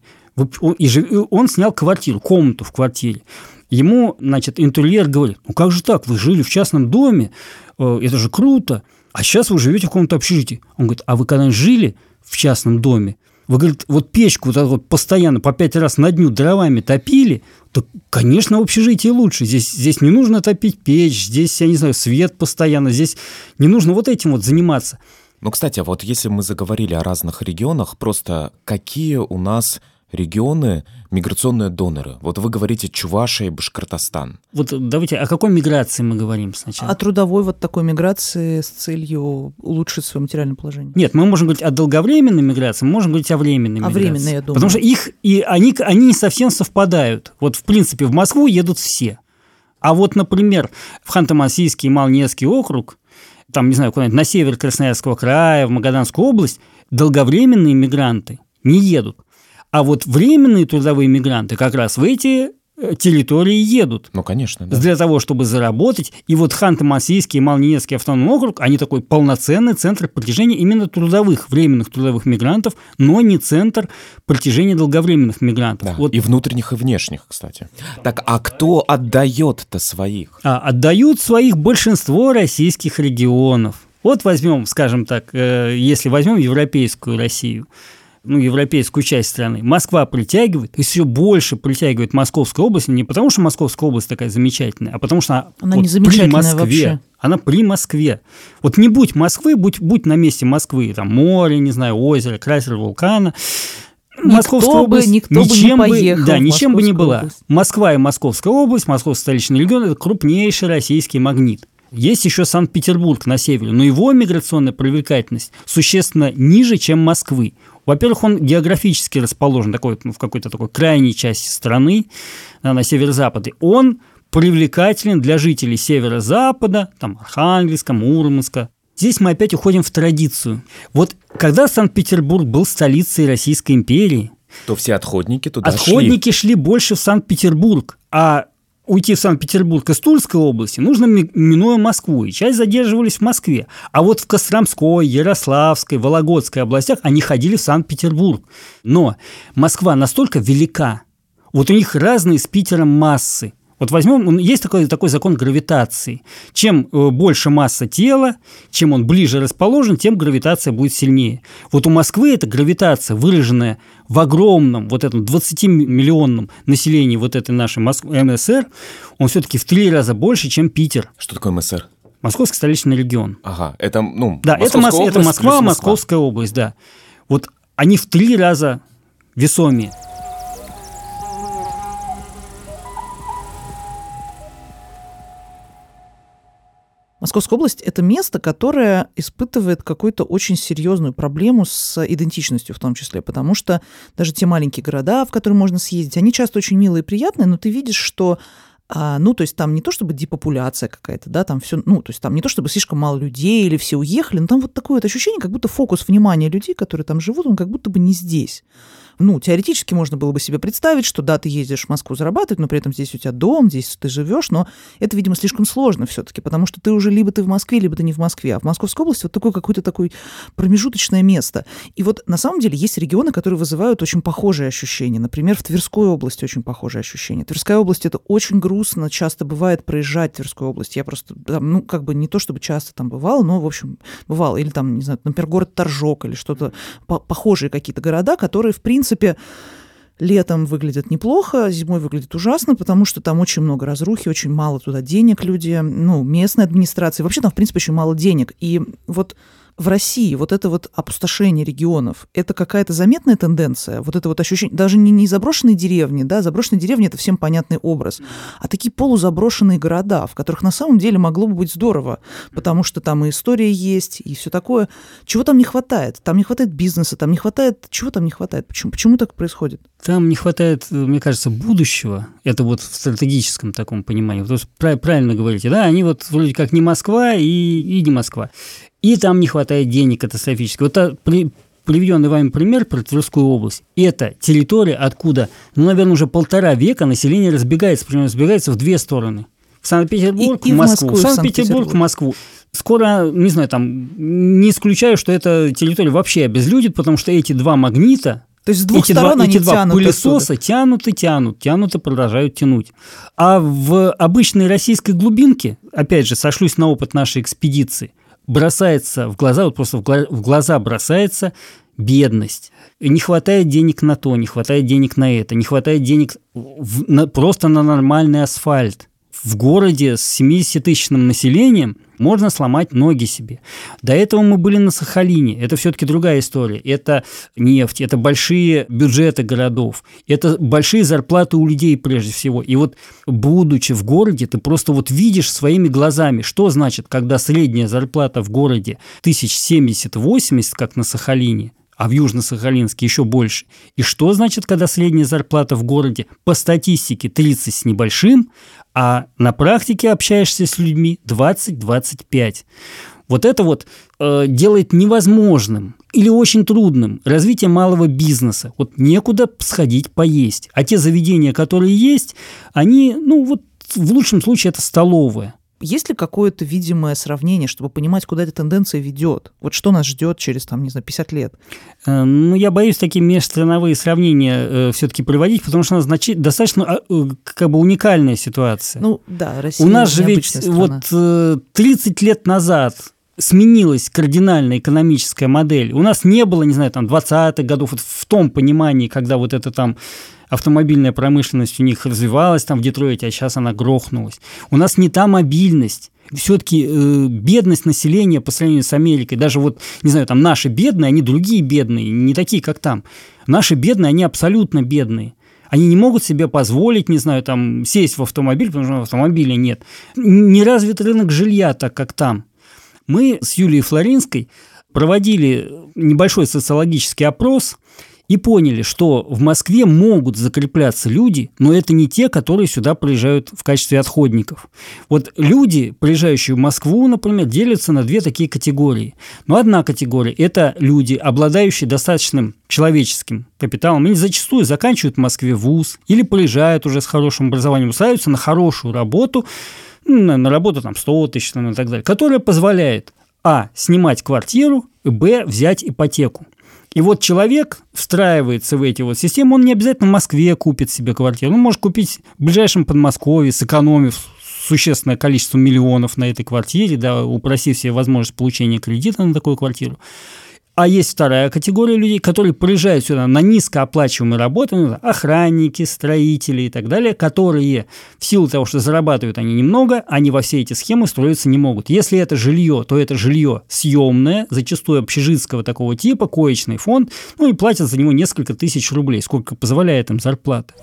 И он снял квартиру, комнату в квартире. Ему, значит, интерьер говорит: ну как же так, вы жили в частном доме, это же круто. А сейчас вы живете в каком-то общежитии. Он говорит: а вы когда-нибудь жили в частном доме? Вы, говорит, вот печку вот, вот постоянно по пять раз на дню дровами топили? То, конечно, в общежитии лучше. Здесь, здесь не нужно топить печь, здесь, я не знаю, свет постоянно, здесь не нужно вот этим вот заниматься. Ну, кстати, вот если мы заговорили о разных регионах, просто какие у нас регионы миграционные доноры? Вот вы говорите Чувашия и Башкортостан. Вот давайте, о какой миграции мы говорим сначала? О трудовой вот такой миграции с целью улучшить свое материальное положение. Нет, мы можем говорить о долговременной миграции, мы можем говорить о временной о миграции. О временной, я думаю. Потому что их, и они, они не совсем совпадают. Вот, в принципе, в Москву едут все. А вот, например, в Ханты-Мансийский и Малнецкий округ, там, не знаю, куда-нибудь на север Красноярского края, в Магаданскую область, долговременные мигранты не едут. А вот временные трудовые мигранты как раз в эти территории едут. Ну, конечно, да. Для того, чтобы заработать. И вот Ханты-Мансийский и Малнецкий автономный округ, они такой полноценный центр притяжения именно трудовых, временных трудовых мигрантов, но не центр притяжения долговременных мигрантов. Да. Вот. И внутренних, и внешних, кстати. Так, а кто отдает-то своих? А, отдают своих большинство российских регионов. Вот возьмем, скажем так, э, если возьмем европейскую Россию, ну, европейскую часть страны, Москва притягивает, и все больше притягивает Московская область, не потому что Московская область такая замечательная, а потому что она, она вот не замечательная при Москве. Вообще. Она при Москве. Вот не будь Москвы, будь, будь на месте Москвы, там море, не знаю, озеро, кратер вулкана, Московская никто область бы, никто ничем бы не поехал бы, да, ничем бы не была. Область. Москва и Московская область, Московский столичный регион – это крупнейший российский магнит. Есть еще Санкт-Петербург на севере, но его миграционная привлекательность существенно ниже, чем Москвы. Во-первых, он географически расположен такой, ну, в какой-то такой крайней части страны, да, на северо-западе. Он привлекателен для жителей северо-запада, там, Архангельска, Мурманска. Здесь мы опять уходим в традицию. Вот когда Санкт-Петербург был столицей Российской империи, то все отходники туда отходники шли. шли больше в Санкт-Петербург, а уйти в Санкт-Петербург из Тульской области нужно минуя Москву, и часть задерживались в Москве. А вот в Костромской, Ярославской, Вологодской областях они ходили в Санкт-Петербург. Но Москва настолько велика, вот у них разные с Питером массы. Вот возьмем, есть такой, такой закон гравитации. Чем больше масса тела, чем он ближе расположен, тем гравитация будет сильнее. Вот у Москвы эта гравитация, выраженная в огромном вот этом двадцатимиллионном населении вот этой нашей Москвы, эм эс эр, он все-таки в три раза больше, чем Питер. Что такое эм эс эр? Московский столичный регион. Ага, это, ну, да, это, область это Москва, Москва. Московская область, да. Вот они в три раза весомее. Московская область – это место, которое испытывает какую-то очень серьезную проблему с идентичностью в том числе, потому что даже те маленькие города, в которые можно съездить, они часто очень милые и приятные, но ты видишь, что, а, ну, то есть там не то чтобы депопуляция какая-то, да, там все, ну, то есть там не то чтобы слишком мало людей или все уехали, но там вот такое вот ощущение, как будто фокус внимания людей, которые там живут, он как будто бы не здесь. ну, теоретически можно было бы себе представить, что да, ты ездишь в Москву зарабатывать, но при этом здесь у тебя дом, здесь ты живешь, но это, видимо, слишком сложно все-таки, потому что ты уже либо ты в Москве, либо ты не в Москве, а в Московской области вот такое какое-то такое промежуточное место. И вот на самом деле есть регионы, которые вызывают очень похожие ощущения. Например, в Тверской области очень похожие ощущения. Тверская область — это очень грустно, часто бывает проезжать в Тверскую область. Я просто, там, ну, как бы не то чтобы часто там бывала, но, в общем, бывала. Или там, не знаю, например, город Торжок или что-то, по- похожие какие-то города, которые, в принципе, летом выглядят неплохо, зимой выглядят ужасно, потому что там очень много разрухи, очень мало туда денег люди, ну, местной администрации. Вообще там, в принципе, очень мало денег. И вот в России вот это вот опустошение регионов, это какая-то заметная тенденция, вот это вот ощущение, даже не, не заброшенные деревни, да, заброшенные деревни — это всем понятный образ, а такие полузаброшенные города, в которых на самом деле могло бы быть здорово, потому что там и история есть, и все такое. Чего там не хватает? Там не хватает бизнеса, там не хватает... Чего там не хватает? Почему, почему так происходит? Там не хватает, мне кажется, будущего. Это вот в стратегическом таком понимании. То есть правильно говорите, да, они вот вроде как не Москва и, и не Москва. И там не хватает денег катастрофически. Вот та, при, приведенный вами пример про Тверскую область. Это территория, откуда, ну, наверное, уже полтора века население разбегается, причем разбегается в две стороны. В Санкт-Петербург, и, и в Москву. В, в Санкт-Петербург, в Москву. Скоро, не знаю, там, не исключаю, что эта территория вообще обезлюдит, потому что эти два магнита, то есть с двух эти сторон два, они эти два тянут пылесоса оттуда. тянут и тянут, тянут и продолжают тянуть. А в обычной российской глубинке, опять же, сошлюсь на опыт нашей экспедиции, бросается в глаза, вот просто в глаза бросается бедность. Не хватает денег на то, не хватает денег на это, не хватает денег в, на, просто на нормальный асфальт. В городе с семидесятитысячным населением можно сломать ноги себе. До этого мы были на Сахалине. Это все-таки другая история. Это нефть, это большие бюджеты городов, это большие зарплаты у людей прежде всего. И вот, будучи в городе, ты просто вот видишь своими глазами, что значит, когда средняя зарплата в городе тысяч семьдесят-восемьдесят, как на Сахалине, а в Южно-Сахалинске еще больше. И что значит, когда средняя зарплата в городе по статистике тридцать с небольшим, а на практике общаешься с людьми двадцать-двадцать пять. Вот это вот э, делает невозможным или очень трудным развитие малого бизнеса. Вот некуда сходить поесть. А те заведения, которые есть, они, ну вот в лучшем случае это столовая. Есть ли какое-то видимое сравнение, чтобы понимать, куда эта тенденция ведет? Вот что нас ждет через, там, не знаю, пятьдесят лет? Ну, я боюсь такие межстрановые сравнения э, все-таки приводить, потому что у нас значит, достаточно э, как бы уникальная ситуация. Ну, да, Россия у нас же ведь страна. вот э, тридцать лет назад сменилась кардинальная экономическая модель. У нас не было, не знаю, там, двадцатых годов, вот в том понимании, когда вот это там автомобильная промышленность у них развивалась там в Детройте, а сейчас она грохнулась. У нас не та мобильность. Все-таки э, бедность населения по сравнению с Америкой, даже вот, не знаю, там наши бедные, они другие бедные, не такие, как там. Наши бедные, они абсолютно бедные. Они не могут себе позволить, не знаю, там, сесть в автомобиль, потому что автомобиля нет. Не развит рынок жилья так, как там. Мы с Юлией Флоринской проводили небольшой социологический опрос и поняли, что в Москве могут закрепляться люди, но это не те, которые сюда приезжают в качестве отходников. Вот люди, приезжающие в Москву, например, делятся на две такие категории. Но одна категория – это люди, обладающие достаточным человеческим капиталом. Они зачастую заканчивают в Москве вуз или приезжают уже с хорошим образованием, устраиваются на хорошую работу, ну, на работу там сто тысяч и так далее, которая позволяет а. снимать квартиру, б. взять ипотеку. И вот человек встраивается в эти вот системы, он не обязательно в Москве купит себе квартиру, он может купить в ближайшем Подмосковье, сэкономив существенное количество миллионов на этой квартире, да, упросив себе возможность получения кредита на такую квартиру. А есть вторая категория людей, которые приезжают сюда на низкооплачиваемые работы, ну, охранники, строители и так далее, которые в силу того, что зарабатывают они немного, они во все эти схемы строиться не могут. Если это жилье, то это жилье съемное, зачастую общежитского такого типа, коечный фонд, ну и платят за него несколько тысяч рублей, сколько позволяет им зарплата.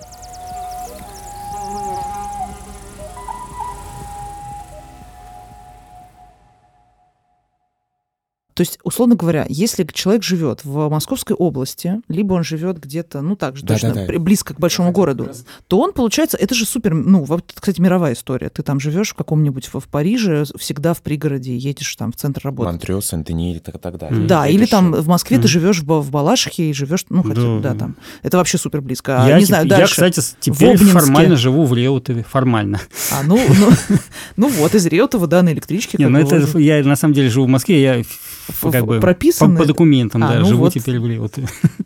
То То есть, условно говоря, если человек живет в Московской области, либо он живет где-то, ну так же Да, точно, да, да. близко к большому городу, то он, получается, это же супер, ну, вот, кстати, мировая история. Ты там живешь в каком-нибудь в, в Париже, всегда в пригороде, едешь там в центр работы. Монтрё, Сен-Дени и так, так далее. Да, Это или ж- там в Москве Мгм. ты живешь в, в Балашихе и живешь, ну, хотя, Да. да, там. Это вообще супер близко. А, Я, не теп- знаю, я, дальше. кстати, с- теперь Обнинске. формально живу в Реутове. Формально. А, ну, ну, ну вот, из Реутова, да, на электричке. Не, как ну бы, это вот. я на самом деле живу в Москве, я В- как бы по, прописаны? по документам, А, да, ну живу вот. теперь в Реутове.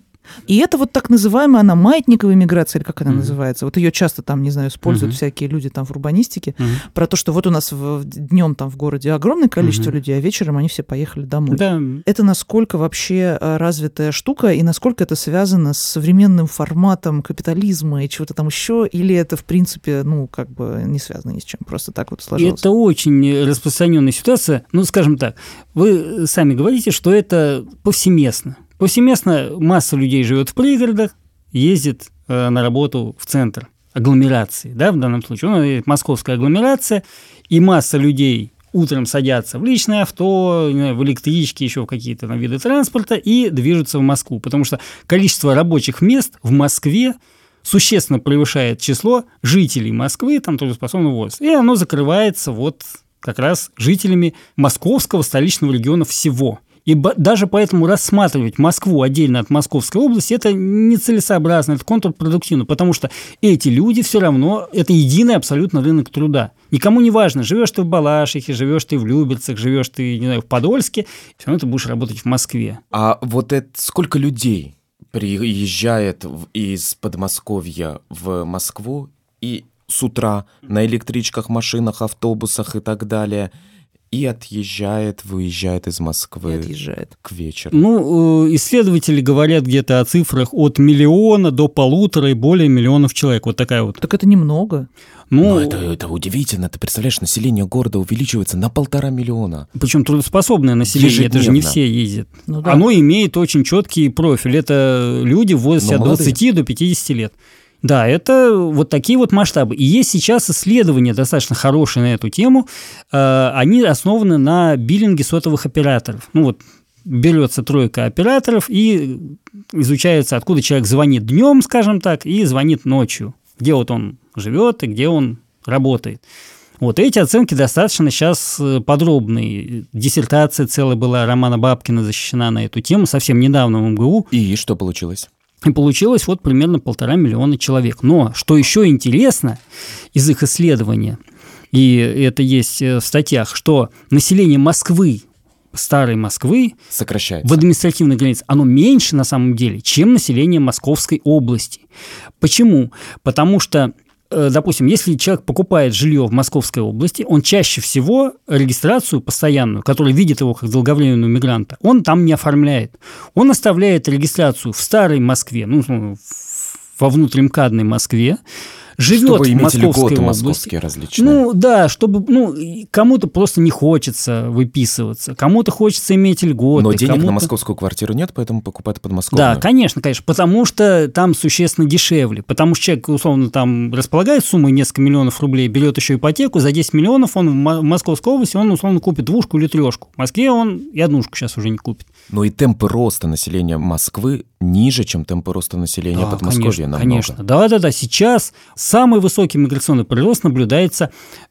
И это вот так называемая, она маятниковая миграция, или как она Мгм. называется. Вот ее часто там, не знаю, используют Мгм. всякие люди там в урбанистике, Мгм. про то, что вот у нас днем там в городе огромное количество Мгм. людей, а вечером они все поехали домой. Да, Это насколько вообще э, развитая штука, и насколько это связано с современным форматом капитализма и чего-то там еще, или это, в принципе, ну, как бы не связано ни с чем, просто так вот сложилось. это очень распространенная ситуация. Ну, скажем так, вы сами говорите, что это повсеместно. Повсеместно масса людей живет в пригородах, ездит э, на работу в центр агломерации, да, в данном случае. Ну, это московская агломерация, и масса людей утром садятся в личное авто, не знаю, в электричке, еще в какие-то там виды транспорта и движутся в Москву, потому что количество рабочих мест в Москве существенно превышает число жителей Москвы, там трудоспособного возраста, и оно закрывается вот как раз жителями московского столичного региона всего. И б- даже поэтому рассматривать Москву отдельно от Московской области – это нецелесообразно, это контрпродуктивно, потому что эти люди все равно, это единый абсолютно рынок труда. Никому не важно, живешь ты в Балашихе, живешь ты в Люберцах, живешь ты, не знаю, в Подольске, все равно ты будешь работать в Москве. А вот это сколько людей приезжает в- из Подмосковья в Москву и с утра на электричках, машинах, автобусах и так далее, и отъезжает, выезжает из И Москвы отъезжает. к вечеру? Ну, э, исследователи говорят где-то о цифрах от миллиона до полутора и более миллионов человек. Вот такая вот. Так это немного. Ну, Но это, это удивительно. Ты представляешь, население города увеличивается на полтора миллиона. причем трудоспособное население, это же не Ежедневно. все ездят. Ну да. Оно имеет очень четкий профиль. Это люди в возрасте Но от молодые. двадцати до пятидесяти лет. Да, это вот такие вот масштабы. И есть сейчас исследования достаточно хорошие на эту тему. Э, Они основаны на биллинге сотовых операторов. Ну вот берется тройка операторов и изучается, откуда человек звонит днем, скажем так, и звонит ночью. Где вот он живет и где он работает. Вот эти оценки достаточно сейчас подробные. Диссертация целая была Романа Бабкина защищена на эту тему совсем недавно в эм гэ у. И что получилось? И получилось вот примерно полтора миллиона человек. Но что еще интересно из их исследования, и это есть в статьях, что население Москвы, старой Москвы, Сокращается. в административной границе, оно меньше на самом деле, чем население Московской области. Почему? Потому что, э, допустим, если человек покупает жилье в Московской области, он чаще всего регистрацию постоянную, которая видит его как долговременного мигранта, он там не оформляет. Он оставляет регистрацию в старой Москве, ну, в- во внутримкадной Москве, живет Чтобы в иметь Московской льготы области. московские различные. Ну да, чтобы, ну, и кому-то просто не хочется выписываться, кому-то хочется иметь льготы. Но денег на кому-то- московскую квартиру нет, поэтому покупают подмосковную. Да, конечно, конечно, потому что там существенно дешевле, потому что человек, условно, там располагает суммой несколько миллионов рублей, берет еще ипотеку, за десять миллионов он в Мо- в Московской области, он, условно, купит двушку или трешку. В Москве он и однушку сейчас уже не купит. Но и темпы роста населения Москвы ниже, чем темпы роста населения Да, Подмосковья конечно, намного. конечно. Да-да-да, сейчас самый высокий миграционный прирост наблюдается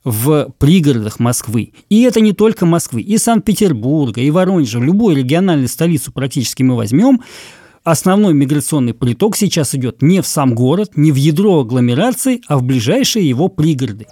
в пригородах Москвы. И это не только Москвы, и Санкт-Петербурга, и Воронежа, любую региональную столицу практически мы возьмем. Основной миграционный приток сейчас идет не в сам город, не в ядро агломерации, а в ближайшие его пригороды.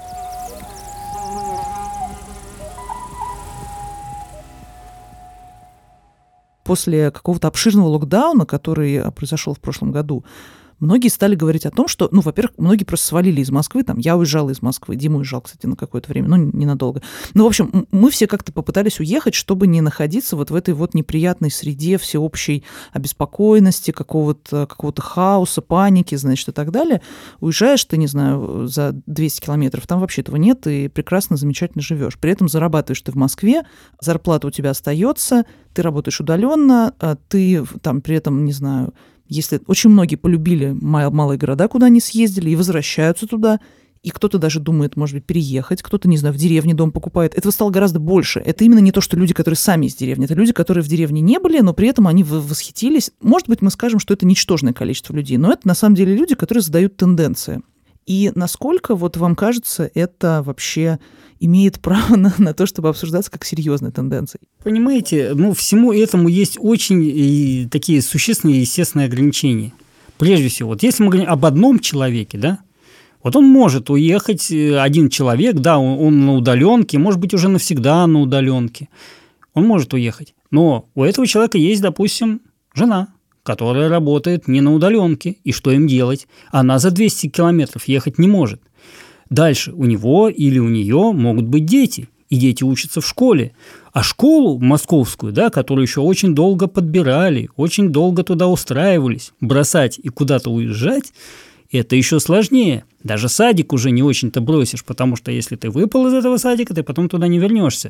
После какого-то обширного локдауна, который произошел в прошлом году, многие стали говорить о том, что, ну, во-первых, многие просто свалили из Москвы, там, я уезжала из Москвы, Дима уезжал, кстати, на какое-то время, ну, ненадолго. Ну, в общем, м- мы все как-то попытались уехать, чтобы не находиться вот в этой вот неприятной среде всеобщей обеспокоенности, какого-то, какого-то хаоса, паники, значит, и так далее. Уезжаешь ты, не знаю, за двести километров, там вообще этого нет, и прекрасно, замечательно живешь. При этом зарабатываешь ты в Москве, зарплата у тебя остается, ты работаешь удаленно, ты там при этом, не знаю, если очень многие полюбили малые города, куда они съездили, и возвращаются туда, и кто-то даже думает, может быть, переехать, кто-то, не знаю, в деревне дом покупает. Этого стало гораздо больше. Это именно не то, что люди, которые сами из деревни. Это люди, которые в деревне не были, но при этом они восхитились. Может быть, мы скажем, что это ничтожное количество людей, но это на самом деле люди, которые задают тенденции. И насколько, вот вам кажется, это вообще имеет право на, на то, чтобы обсуждаться как серьезная тенденция? Понимаете, ну, всему этому есть очень и такие существенные естественные ограничения. Прежде всего, вот если мы говорим об одном человеке, да, вот он может уехать, один человек, да, он, он на удаленке, может быть, уже навсегда на удаленке, он может уехать. Но у этого человека есть, допустим, жена, которая работает не на удаленке, и что им делать? Она за двести километров ехать не может. Дальше у него или у нее могут быть дети, и дети учатся в школе. А школу московскую, да, которую еще очень долго подбирали, очень долго туда устраивались, бросать и куда-то уезжать, это еще сложнее. Даже садик уже не очень-то бросишь, потому что если ты выпал из этого садика, ты потом туда не вернешься.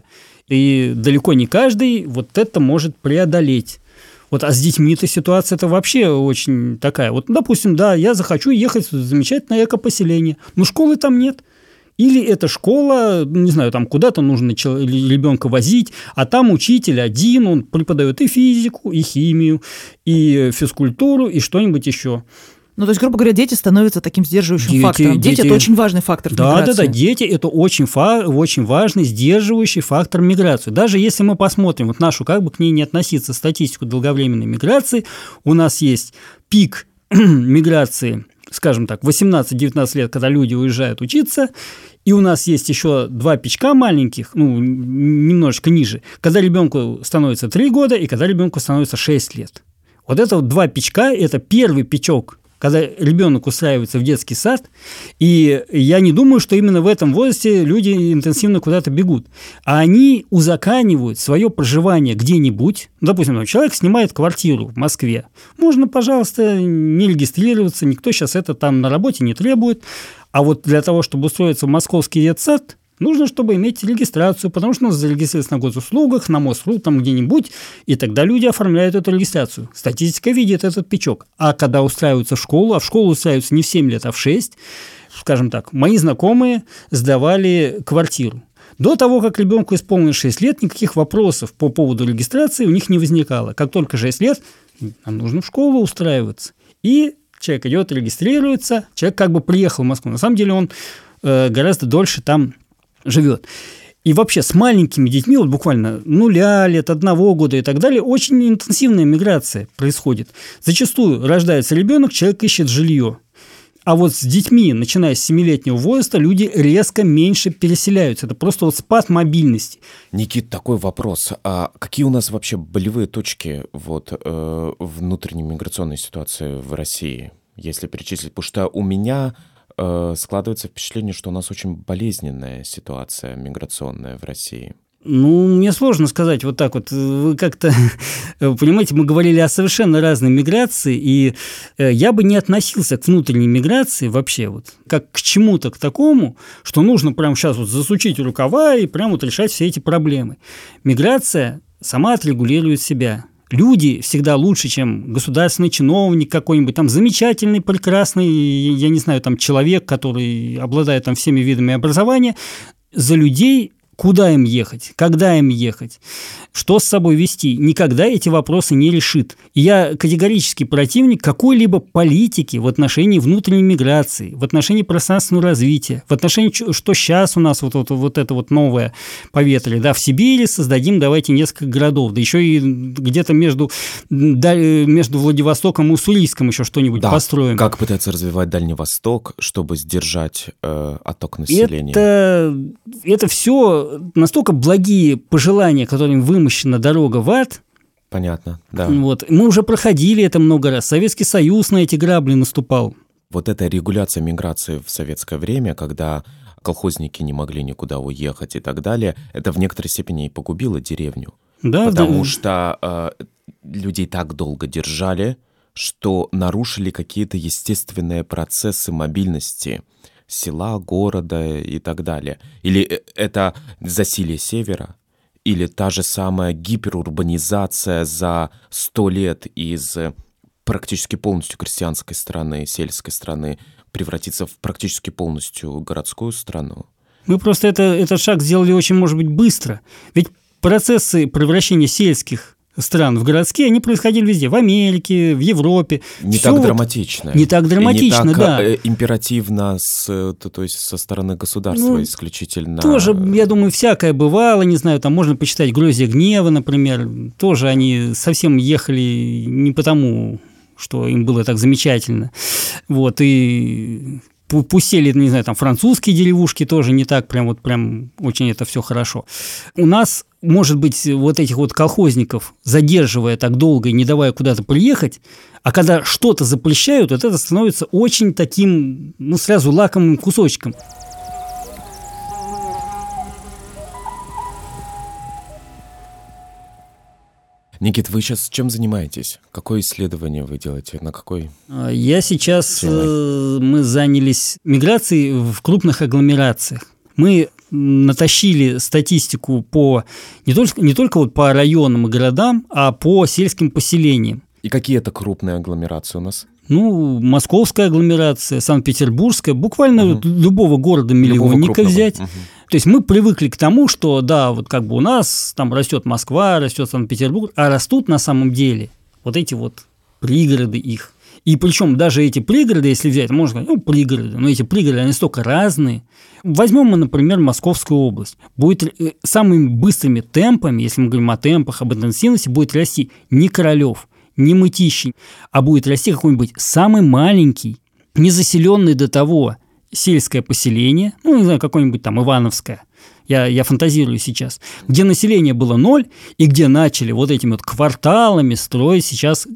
И далеко не каждый вот это может преодолеть. Вот, а с детьми-то ситуация-то вообще очень такая. Вот, допустим, да, я захочу ехать в замечательное экопоселение, но школы там нет. Или эта школа, не знаю, там куда-то нужно ребенка возить, а там учитель один, он преподает и физику, и химию, и физкультуру, и что-нибудь еще. Ну, то есть, грубо говоря, дети становятся таким сдерживающим дети, фактором. Дети, дети – это очень важный фактор в да, миграции. Да, да, дети – это очень, фа- очень важный сдерживающий фактор миграции. Даже если мы посмотрим вот нашу, как бы к ней не относиться, статистику долговременной миграции, у нас есть пик миграции, скажем так, восемнадцать-девятнадцать лет, когда люди уезжают учиться, и у нас есть еще два пичка маленьких, ну, немножечко ниже, когда ребенку становится три года и когда ребенку становится шесть лет. Вот это вот два пичка – это первый пичок, когда ребенок устраивается в детский сад, и я не думаю, что именно в этом возрасте люди интенсивно куда-то бегут, а они узаканивают свое проживание где-нибудь. Допустим, человек снимает квартиру в Москве. Можно, пожалуйста, не регистрироваться, никто сейчас это там на работе не требует. А вот для того, чтобы устроиться в московский детсад, нужно, чтобы иметь регистрацию, потому что нужно зарегистрироваться на госуслугах, на МОСРУ, там где-нибудь, и тогда люди оформляют эту регистрацию. Статистика видит этот пичок. А когда устраиваются в школу, а в школу устраиваются не в семь лет, а в шесть, скажем так, мои знакомые сдавали квартиру. До того, как ребенку исполнилось шесть лет, никаких вопросов по поводу регистрации у них не возникало. Как только шесть лет, нам нужно в школу устраиваться. И человек идет, регистрируется, человек как бы приехал в Москву. На самом деле он э, гораздо дольше там живет. И вообще с маленькими детьми, вот буквально нуля лет, одного года и так далее, очень интенсивная миграция происходит. Зачастую рождается ребенок, человек ищет жилье. А вот с детьми, начиная с семилетнего возраста, люди резко меньше переселяются. Это просто вот спад мобильности. Никит, такой вопрос. А какие у нас вообще болевые точки вот, э, внутренней миграционной ситуации в России, если перечислить? Потому что у меня складывается впечатление, что у нас очень болезненная ситуация миграционная в России. Ну, мне сложно сказать вот так вот. Вы как-то, понимаете, мы говорили о совершенно разной миграции, и я бы не относился к внутренней миграции вообще вот как к чему-то к такому, что нужно прямо сейчас вот засучить рукава и прямо вот решать все эти проблемы. Миграция сама отрегулирует себя. Люди всегда лучше, чем государственный чиновник какой-нибудь, там замечательный, прекрасный, я не знаю, там человек, который обладает там всеми видами образования. За людей куда им ехать, когда им ехать, что с собой везти, никогда эти вопросы не решит. И я категорически противник какой-либо политики в отношении внутренней миграции, в отношении пространственного развития, в отношении, что сейчас у нас вот, вот, вот это вот новое поветрие, да, в Сибири создадим давайте несколько городов, да еще и где-то между, да, между Владивостоком и Уссурийском еще что-нибудь да, построим. Как пытается развивать Дальний Восток, чтобы сдержать э, отток населения? Это, это все настолько благие пожелания, которыми вымощена дорога в ад. Понятно, да. Вот. Мы уже проходили это много раз. Советский Союз на эти грабли наступал. Вот эта регуляция миграции в советское время, когда колхозники не могли никуда уехать и так далее, это в некоторой степени и погубило деревню. Да, потому да. что э, людей так долго держали, что нарушили какие-то естественные процессы мобильности села, города и так далее. Или это засилие севера, или та же самая гиперурбанизация за сто лет из практически полностью крестьянской страны, сельской страны превратиться в практически полностью городскую страну? Мы просто это, этот шаг сделали очень, может быть, быстро. Ведь процессы превращения сельских стран в городские, они происходили везде. В Америке, в Европе. Не Всё так вот драматично. Не так драматично, не так, да. императивно, с, то, то есть со стороны государства ну, исключительно. Тоже, я думаю, всякое бывало. Не знаю, там можно почитать «Гроздья гнева», например. Тоже они совсем ехали не потому, что им было так замечательно. Вот, и... Пустели, не знаю, там французские деревушки тоже не так, прям вот прям очень это все хорошо. У нас, может быть, вот этих вот колхозников, задерживая так долго и не давая куда-то приехать, а когда что-то запрещают, вот это становится очень таким, ну, сразу лакомым кусочком. Никит, вы сейчас чем занимаетесь? Какое исследование вы делаете? На какой? Я сейчас, э, мы занялись миграцией в крупных агломерациях. Мы натащили статистику по не только, не только вот по районам и городам, а по сельским поселениям. И какие это крупные агломерации у нас? Ну, московская агломерация, Санкт-Петербургская, буквально угу. любого города-миллионника взять. Угу. То есть мы привыкли к тому, что да, вот как бы у нас там растет Москва, растет Санкт-Петербург, а растут на самом деле вот эти вот пригороды их. И причем даже эти пригороды, если взять, можно сказать, ну, пригороды, но эти пригороды, они столько разные. Возьмем мы, например, Московскую область. Будет самыми быстрыми темпами, если мы говорим о темпах, об интенсивности, будет расти не Королев, не Мытищи, а будет расти какой-нибудь самый маленький, незаселенный до того сельское поселение, ну, не знаю, какое-нибудь там Ивановское, я, я фантазирую сейчас, где население было ноль, и где начали вот этими вот кварталами строить сейчас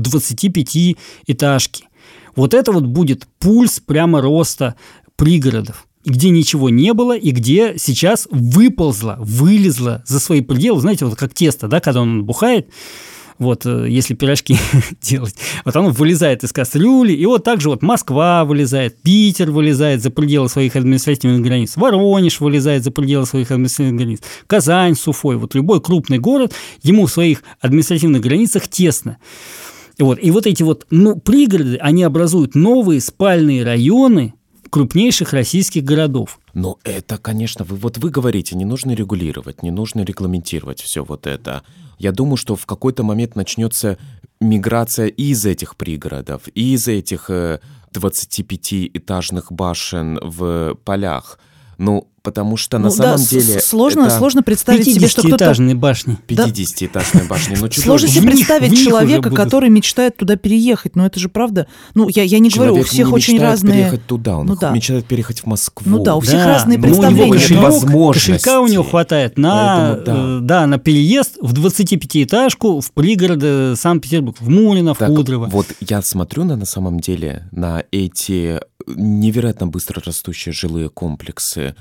двадцатипятиэтажки. Вот это вот будет пульс прямо роста пригородов, где ничего не было, и где сейчас выползло, вылезло за свои пределы, знаете, вот как тесто, да, когда он бухает, вот, если пирожки делать, вот оно вылезает из кастрюли, и вот так же вот Москва вылезает, Питер вылезает за пределы своих административных границ, Воронеж вылезает за пределы своих административных границ, Казань с Уфой, вот любой крупный город, ему в своих административных границах тесно. Вот, и вот эти вот ну, пригороды, они образуют новые спальные районы крупнейших российских городов. Ну, это, конечно, вы, вот вы говорите, не нужно регулировать, не нужно регламентировать все вот это. Я думаю, что в какой-то момент начнется миграция из этих пригородов, из этих э, двадцатипятиэтажных башен в полях. Ну, потому что на ну, самом да, деле... Сложно, это... сложно представить себе, что кто-то... пятидесятиэтажные башни. пятидесятиэтажные башни. Ну, сложно себе представить человека, который мечтает туда переехать. Но это же правда... Ну, я, я не Человек говорю, у всех не очень разные... переехать туда, он ну, да. мечтает переехать в Москву. Ну да, у всех да, разные ну, представления. У него кошелек, кошелька у него хватает на, Поэтому, да. э, да, на переезд в двадцатипятиэтажку в пригороды Санкт-Петербург, в Мурино, в так, Кудрово. Вот я смотрю на, на самом деле на эти невероятно быстро растущие жилые комплексы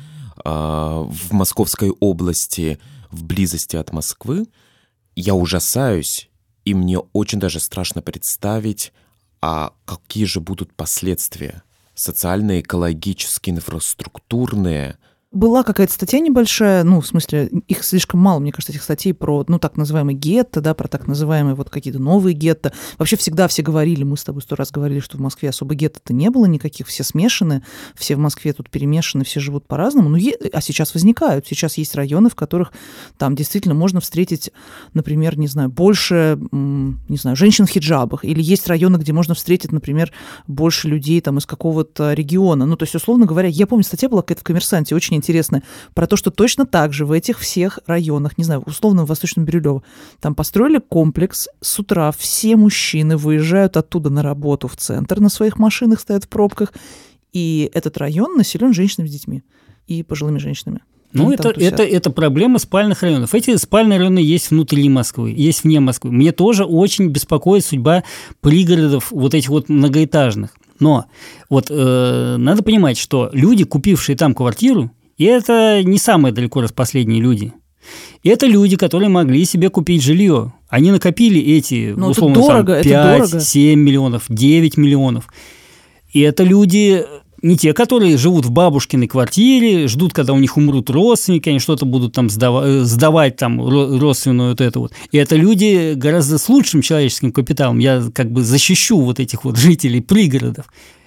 в Московской области, в близости от Москвы, я ужасаюсь, и мне очень даже страшно представить, а какие же будут последствия социальные, экологические, инфраструктурные. Была какая-то статья небольшая, ну, в смысле, их слишком мало, мне кажется, этих статей про, ну, так называемый гетто, да, про так называемые вот какие-то новые гетто. Вообще всегда все говорили, мы с тобой сто раз говорили, что в Москве особо гетто-то не было никаких, все смешаны, все в Москве тут перемешаны, все живут по-разному, ну, е- а сейчас возникают, сейчас есть районы, в которых там действительно можно встретить, например, не знаю, больше, не знаю, женщин в хиджабах, или есть районы, где можно встретить, например, больше людей там из какого-то региона, ну, то есть, условно говоря, я помню, статья была какая-то в «Коммерсанте», очень интересно, про то, что точно так же в этих всех районах, не знаю, условно в Восточном Бирюлево, там построили комплекс, с утра все мужчины выезжают оттуда на работу в центр, на своих машинах стоят в пробках, и этот район населен женщинами с детьми и пожилыми женщинами. Ну, это, это, это проблема спальных районов. Эти спальные районы есть внутри Москвы, есть вне Москвы. Мне тоже очень беспокоит судьба пригородов вот этих вот многоэтажных. Но вот э, надо понимать, что люди, купившие там квартиру, и это не самые далеко последние люди. Это люди, которые могли себе купить жилье. Они накопили эти, но условно, это дорого, это пять-семь миллионов, девять миллионов. И это люди не те, которые живут в бабушкиной квартире, ждут, когда у них умрут родственники, они что-то будут там сдавать, сдавать там родственную вот это вот. И это люди гораздо с лучшим человеческим капиталом. Я как бы защищу вот этих вот жителей пригородов.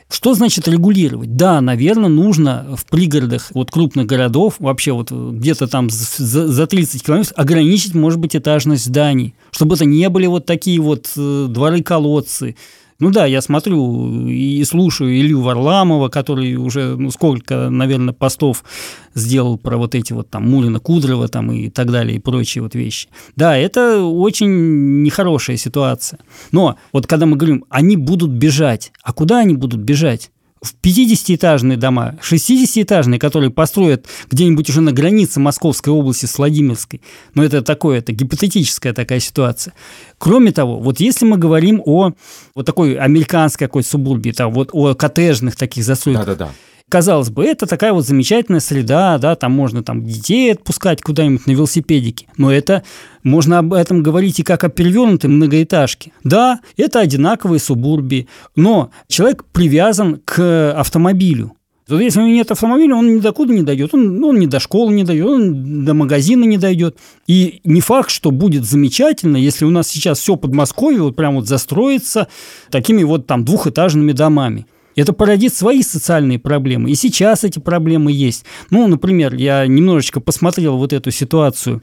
Что значит регулировать? Да, наверное, нужно в пригородах вот крупных городов, вообще вот где-то там за, за тридцать километров ограничить, может быть, этажность зданий, чтобы это не были вот такие вот дворы-колодцы. Ну да, я смотрю и слушаю Илью Варламова, который уже, ну, сколько, наверное, постов сделал про вот эти вот там Мурина, Кудрова там и так далее, и прочие вот вещи. Да, это очень нехорошая ситуация. Но вот когда мы говорим, они будут бежать, а куда они будут бежать? В пятидесятиэтажные дома, шестидесятиэтажные, которые построят где-нибудь уже на границе Московской области с Владимирской. Но это такое, это гипотетическая такая ситуация. Кроме того, вот если мы говорим о вот такой американской какой-то субурбии, там, вот о коттеджных таких застройках, Да-да-да. казалось бы, это такая вот замечательная среда, да, там можно там детей отпускать куда-нибудь на велосипедике, но это можно об этом говорить и как о перевернутой многоэтажке. Да, это одинаковые субурбии, но человек привязан к автомобилю. Вот если у него нет автомобиля, он ни докуда не дойдет, он, он ни до школы не дойдет, он до магазина не дойдет. И не факт, что будет замечательно, если у нас сейчас все Подмосковье вот прям вот застроится такими вот там двухэтажными домами. Это породит свои социальные проблемы. И сейчас эти проблемы есть. Ну, например, я немножечко посмотрел вот эту ситуацию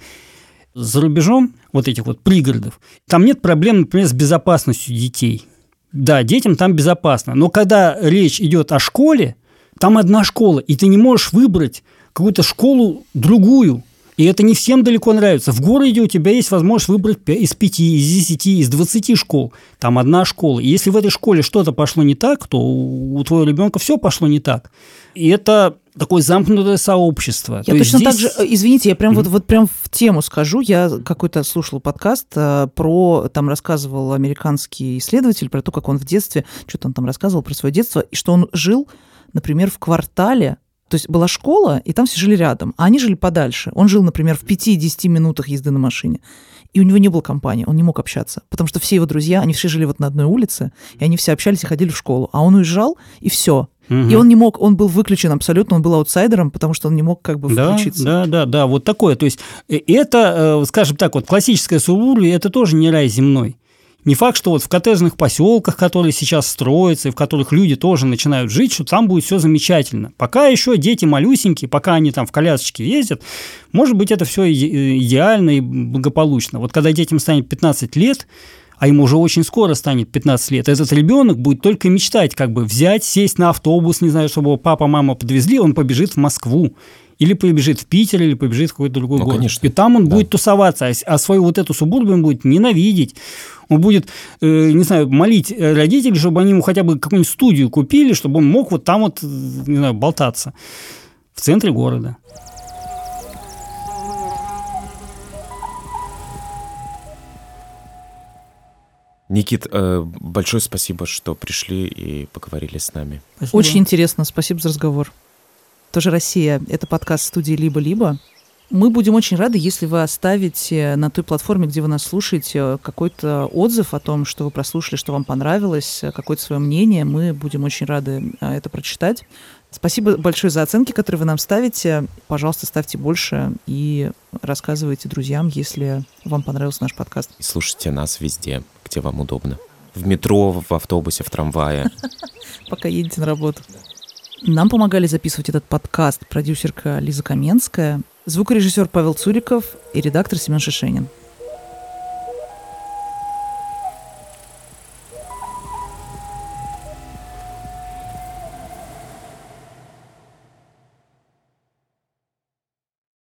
за рубежом, вот этих вот пригородов. Там нет проблем, например, с безопасностью детей. Да, детям там безопасно. Но когда речь идет о школе, там одна школа, и ты не можешь выбрать какую-то школу другую. И это не всем далеко нравится. В городе у тебя есть возможность выбрать из пяти, из десяти, из двадцати школ. Там одна школа. И если в этой школе что-то пошло не так, то у твоего ребенка все пошло не так. И это такое замкнутое сообщество. Я то точно здесь... так же, извините, я прям Mm-hmm. вот, вот прям в тему скажу. Я какой-то слушала подкаст про, там рассказывал американский исследователь про то, как он в детстве, что-то он там рассказывал про свое детство, и что он жил, например, в квартале. То есть была школа, и там все жили рядом, а они жили подальше. Он жил, например, в пяти-десяти минутах езды на машине. И у него не было компании, он не мог общаться. Потому что все его друзья, они все жили вот на одной улице, и они все общались и ходили в школу. А он уезжал, и все. Угу. И он не мог, он был выключен абсолютно, он был аутсайдером, потому что он не мог как бы да, включиться. Да, да, да, вот такое. То есть это, скажем так, вот классическая субурбия, это тоже не рай земной. Не факт, что вот в коттеджных поселках, которые сейчас строятся, и в которых люди тоже начинают жить, что там будет все замечательно. Пока еще дети малюсенькие, пока они там в колясочке ездят, может быть, это все идеально и благополучно. Вот когда детям станет пятнадцать лет, а ему уже очень скоро станет пятнадцать лет, этот ребенок будет только мечтать, как бы взять, сесть на автобус, не знаю, чтобы его папа, мама подвезли, он побежит в Москву. Или побежит в Питер, или побежит в какой-то другой ну, город. Конечно. И там он да. будет тусоваться, а свою вот эту субурбию он будет ненавидеть. Он будет, э, не знаю, молить родителей, чтобы они ему хотя бы какую-нибудь студию купили, чтобы он мог вот там вот, не знаю, болтаться в центре города. Никит, большое спасибо, что пришли и поговорили с нами. Спасибо. Очень интересно, спасибо за разговор. Тоже «Россия» — это подкаст студии «Либо-либо». Мы будем очень рады, если вы оставите на той платформе, где вы нас слушаете, какой-то отзыв о том, что вы прослушали, что вам понравилось, какое-то свое мнение. Мы будем очень рады это прочитать. Спасибо большое за оценки, которые вы нам ставите. Пожалуйста, ставьте больше и рассказывайте друзьям, если вам понравился наш подкаст. И слушайте нас везде, где вам удобно. В метро, в автобусе, в трамвае. Пока едете на работу. Нам помогали записывать этот подкаст продюсерка Лиза Каменская, звукорежиссер Павел Цуриков и редактор Семен Шишенин.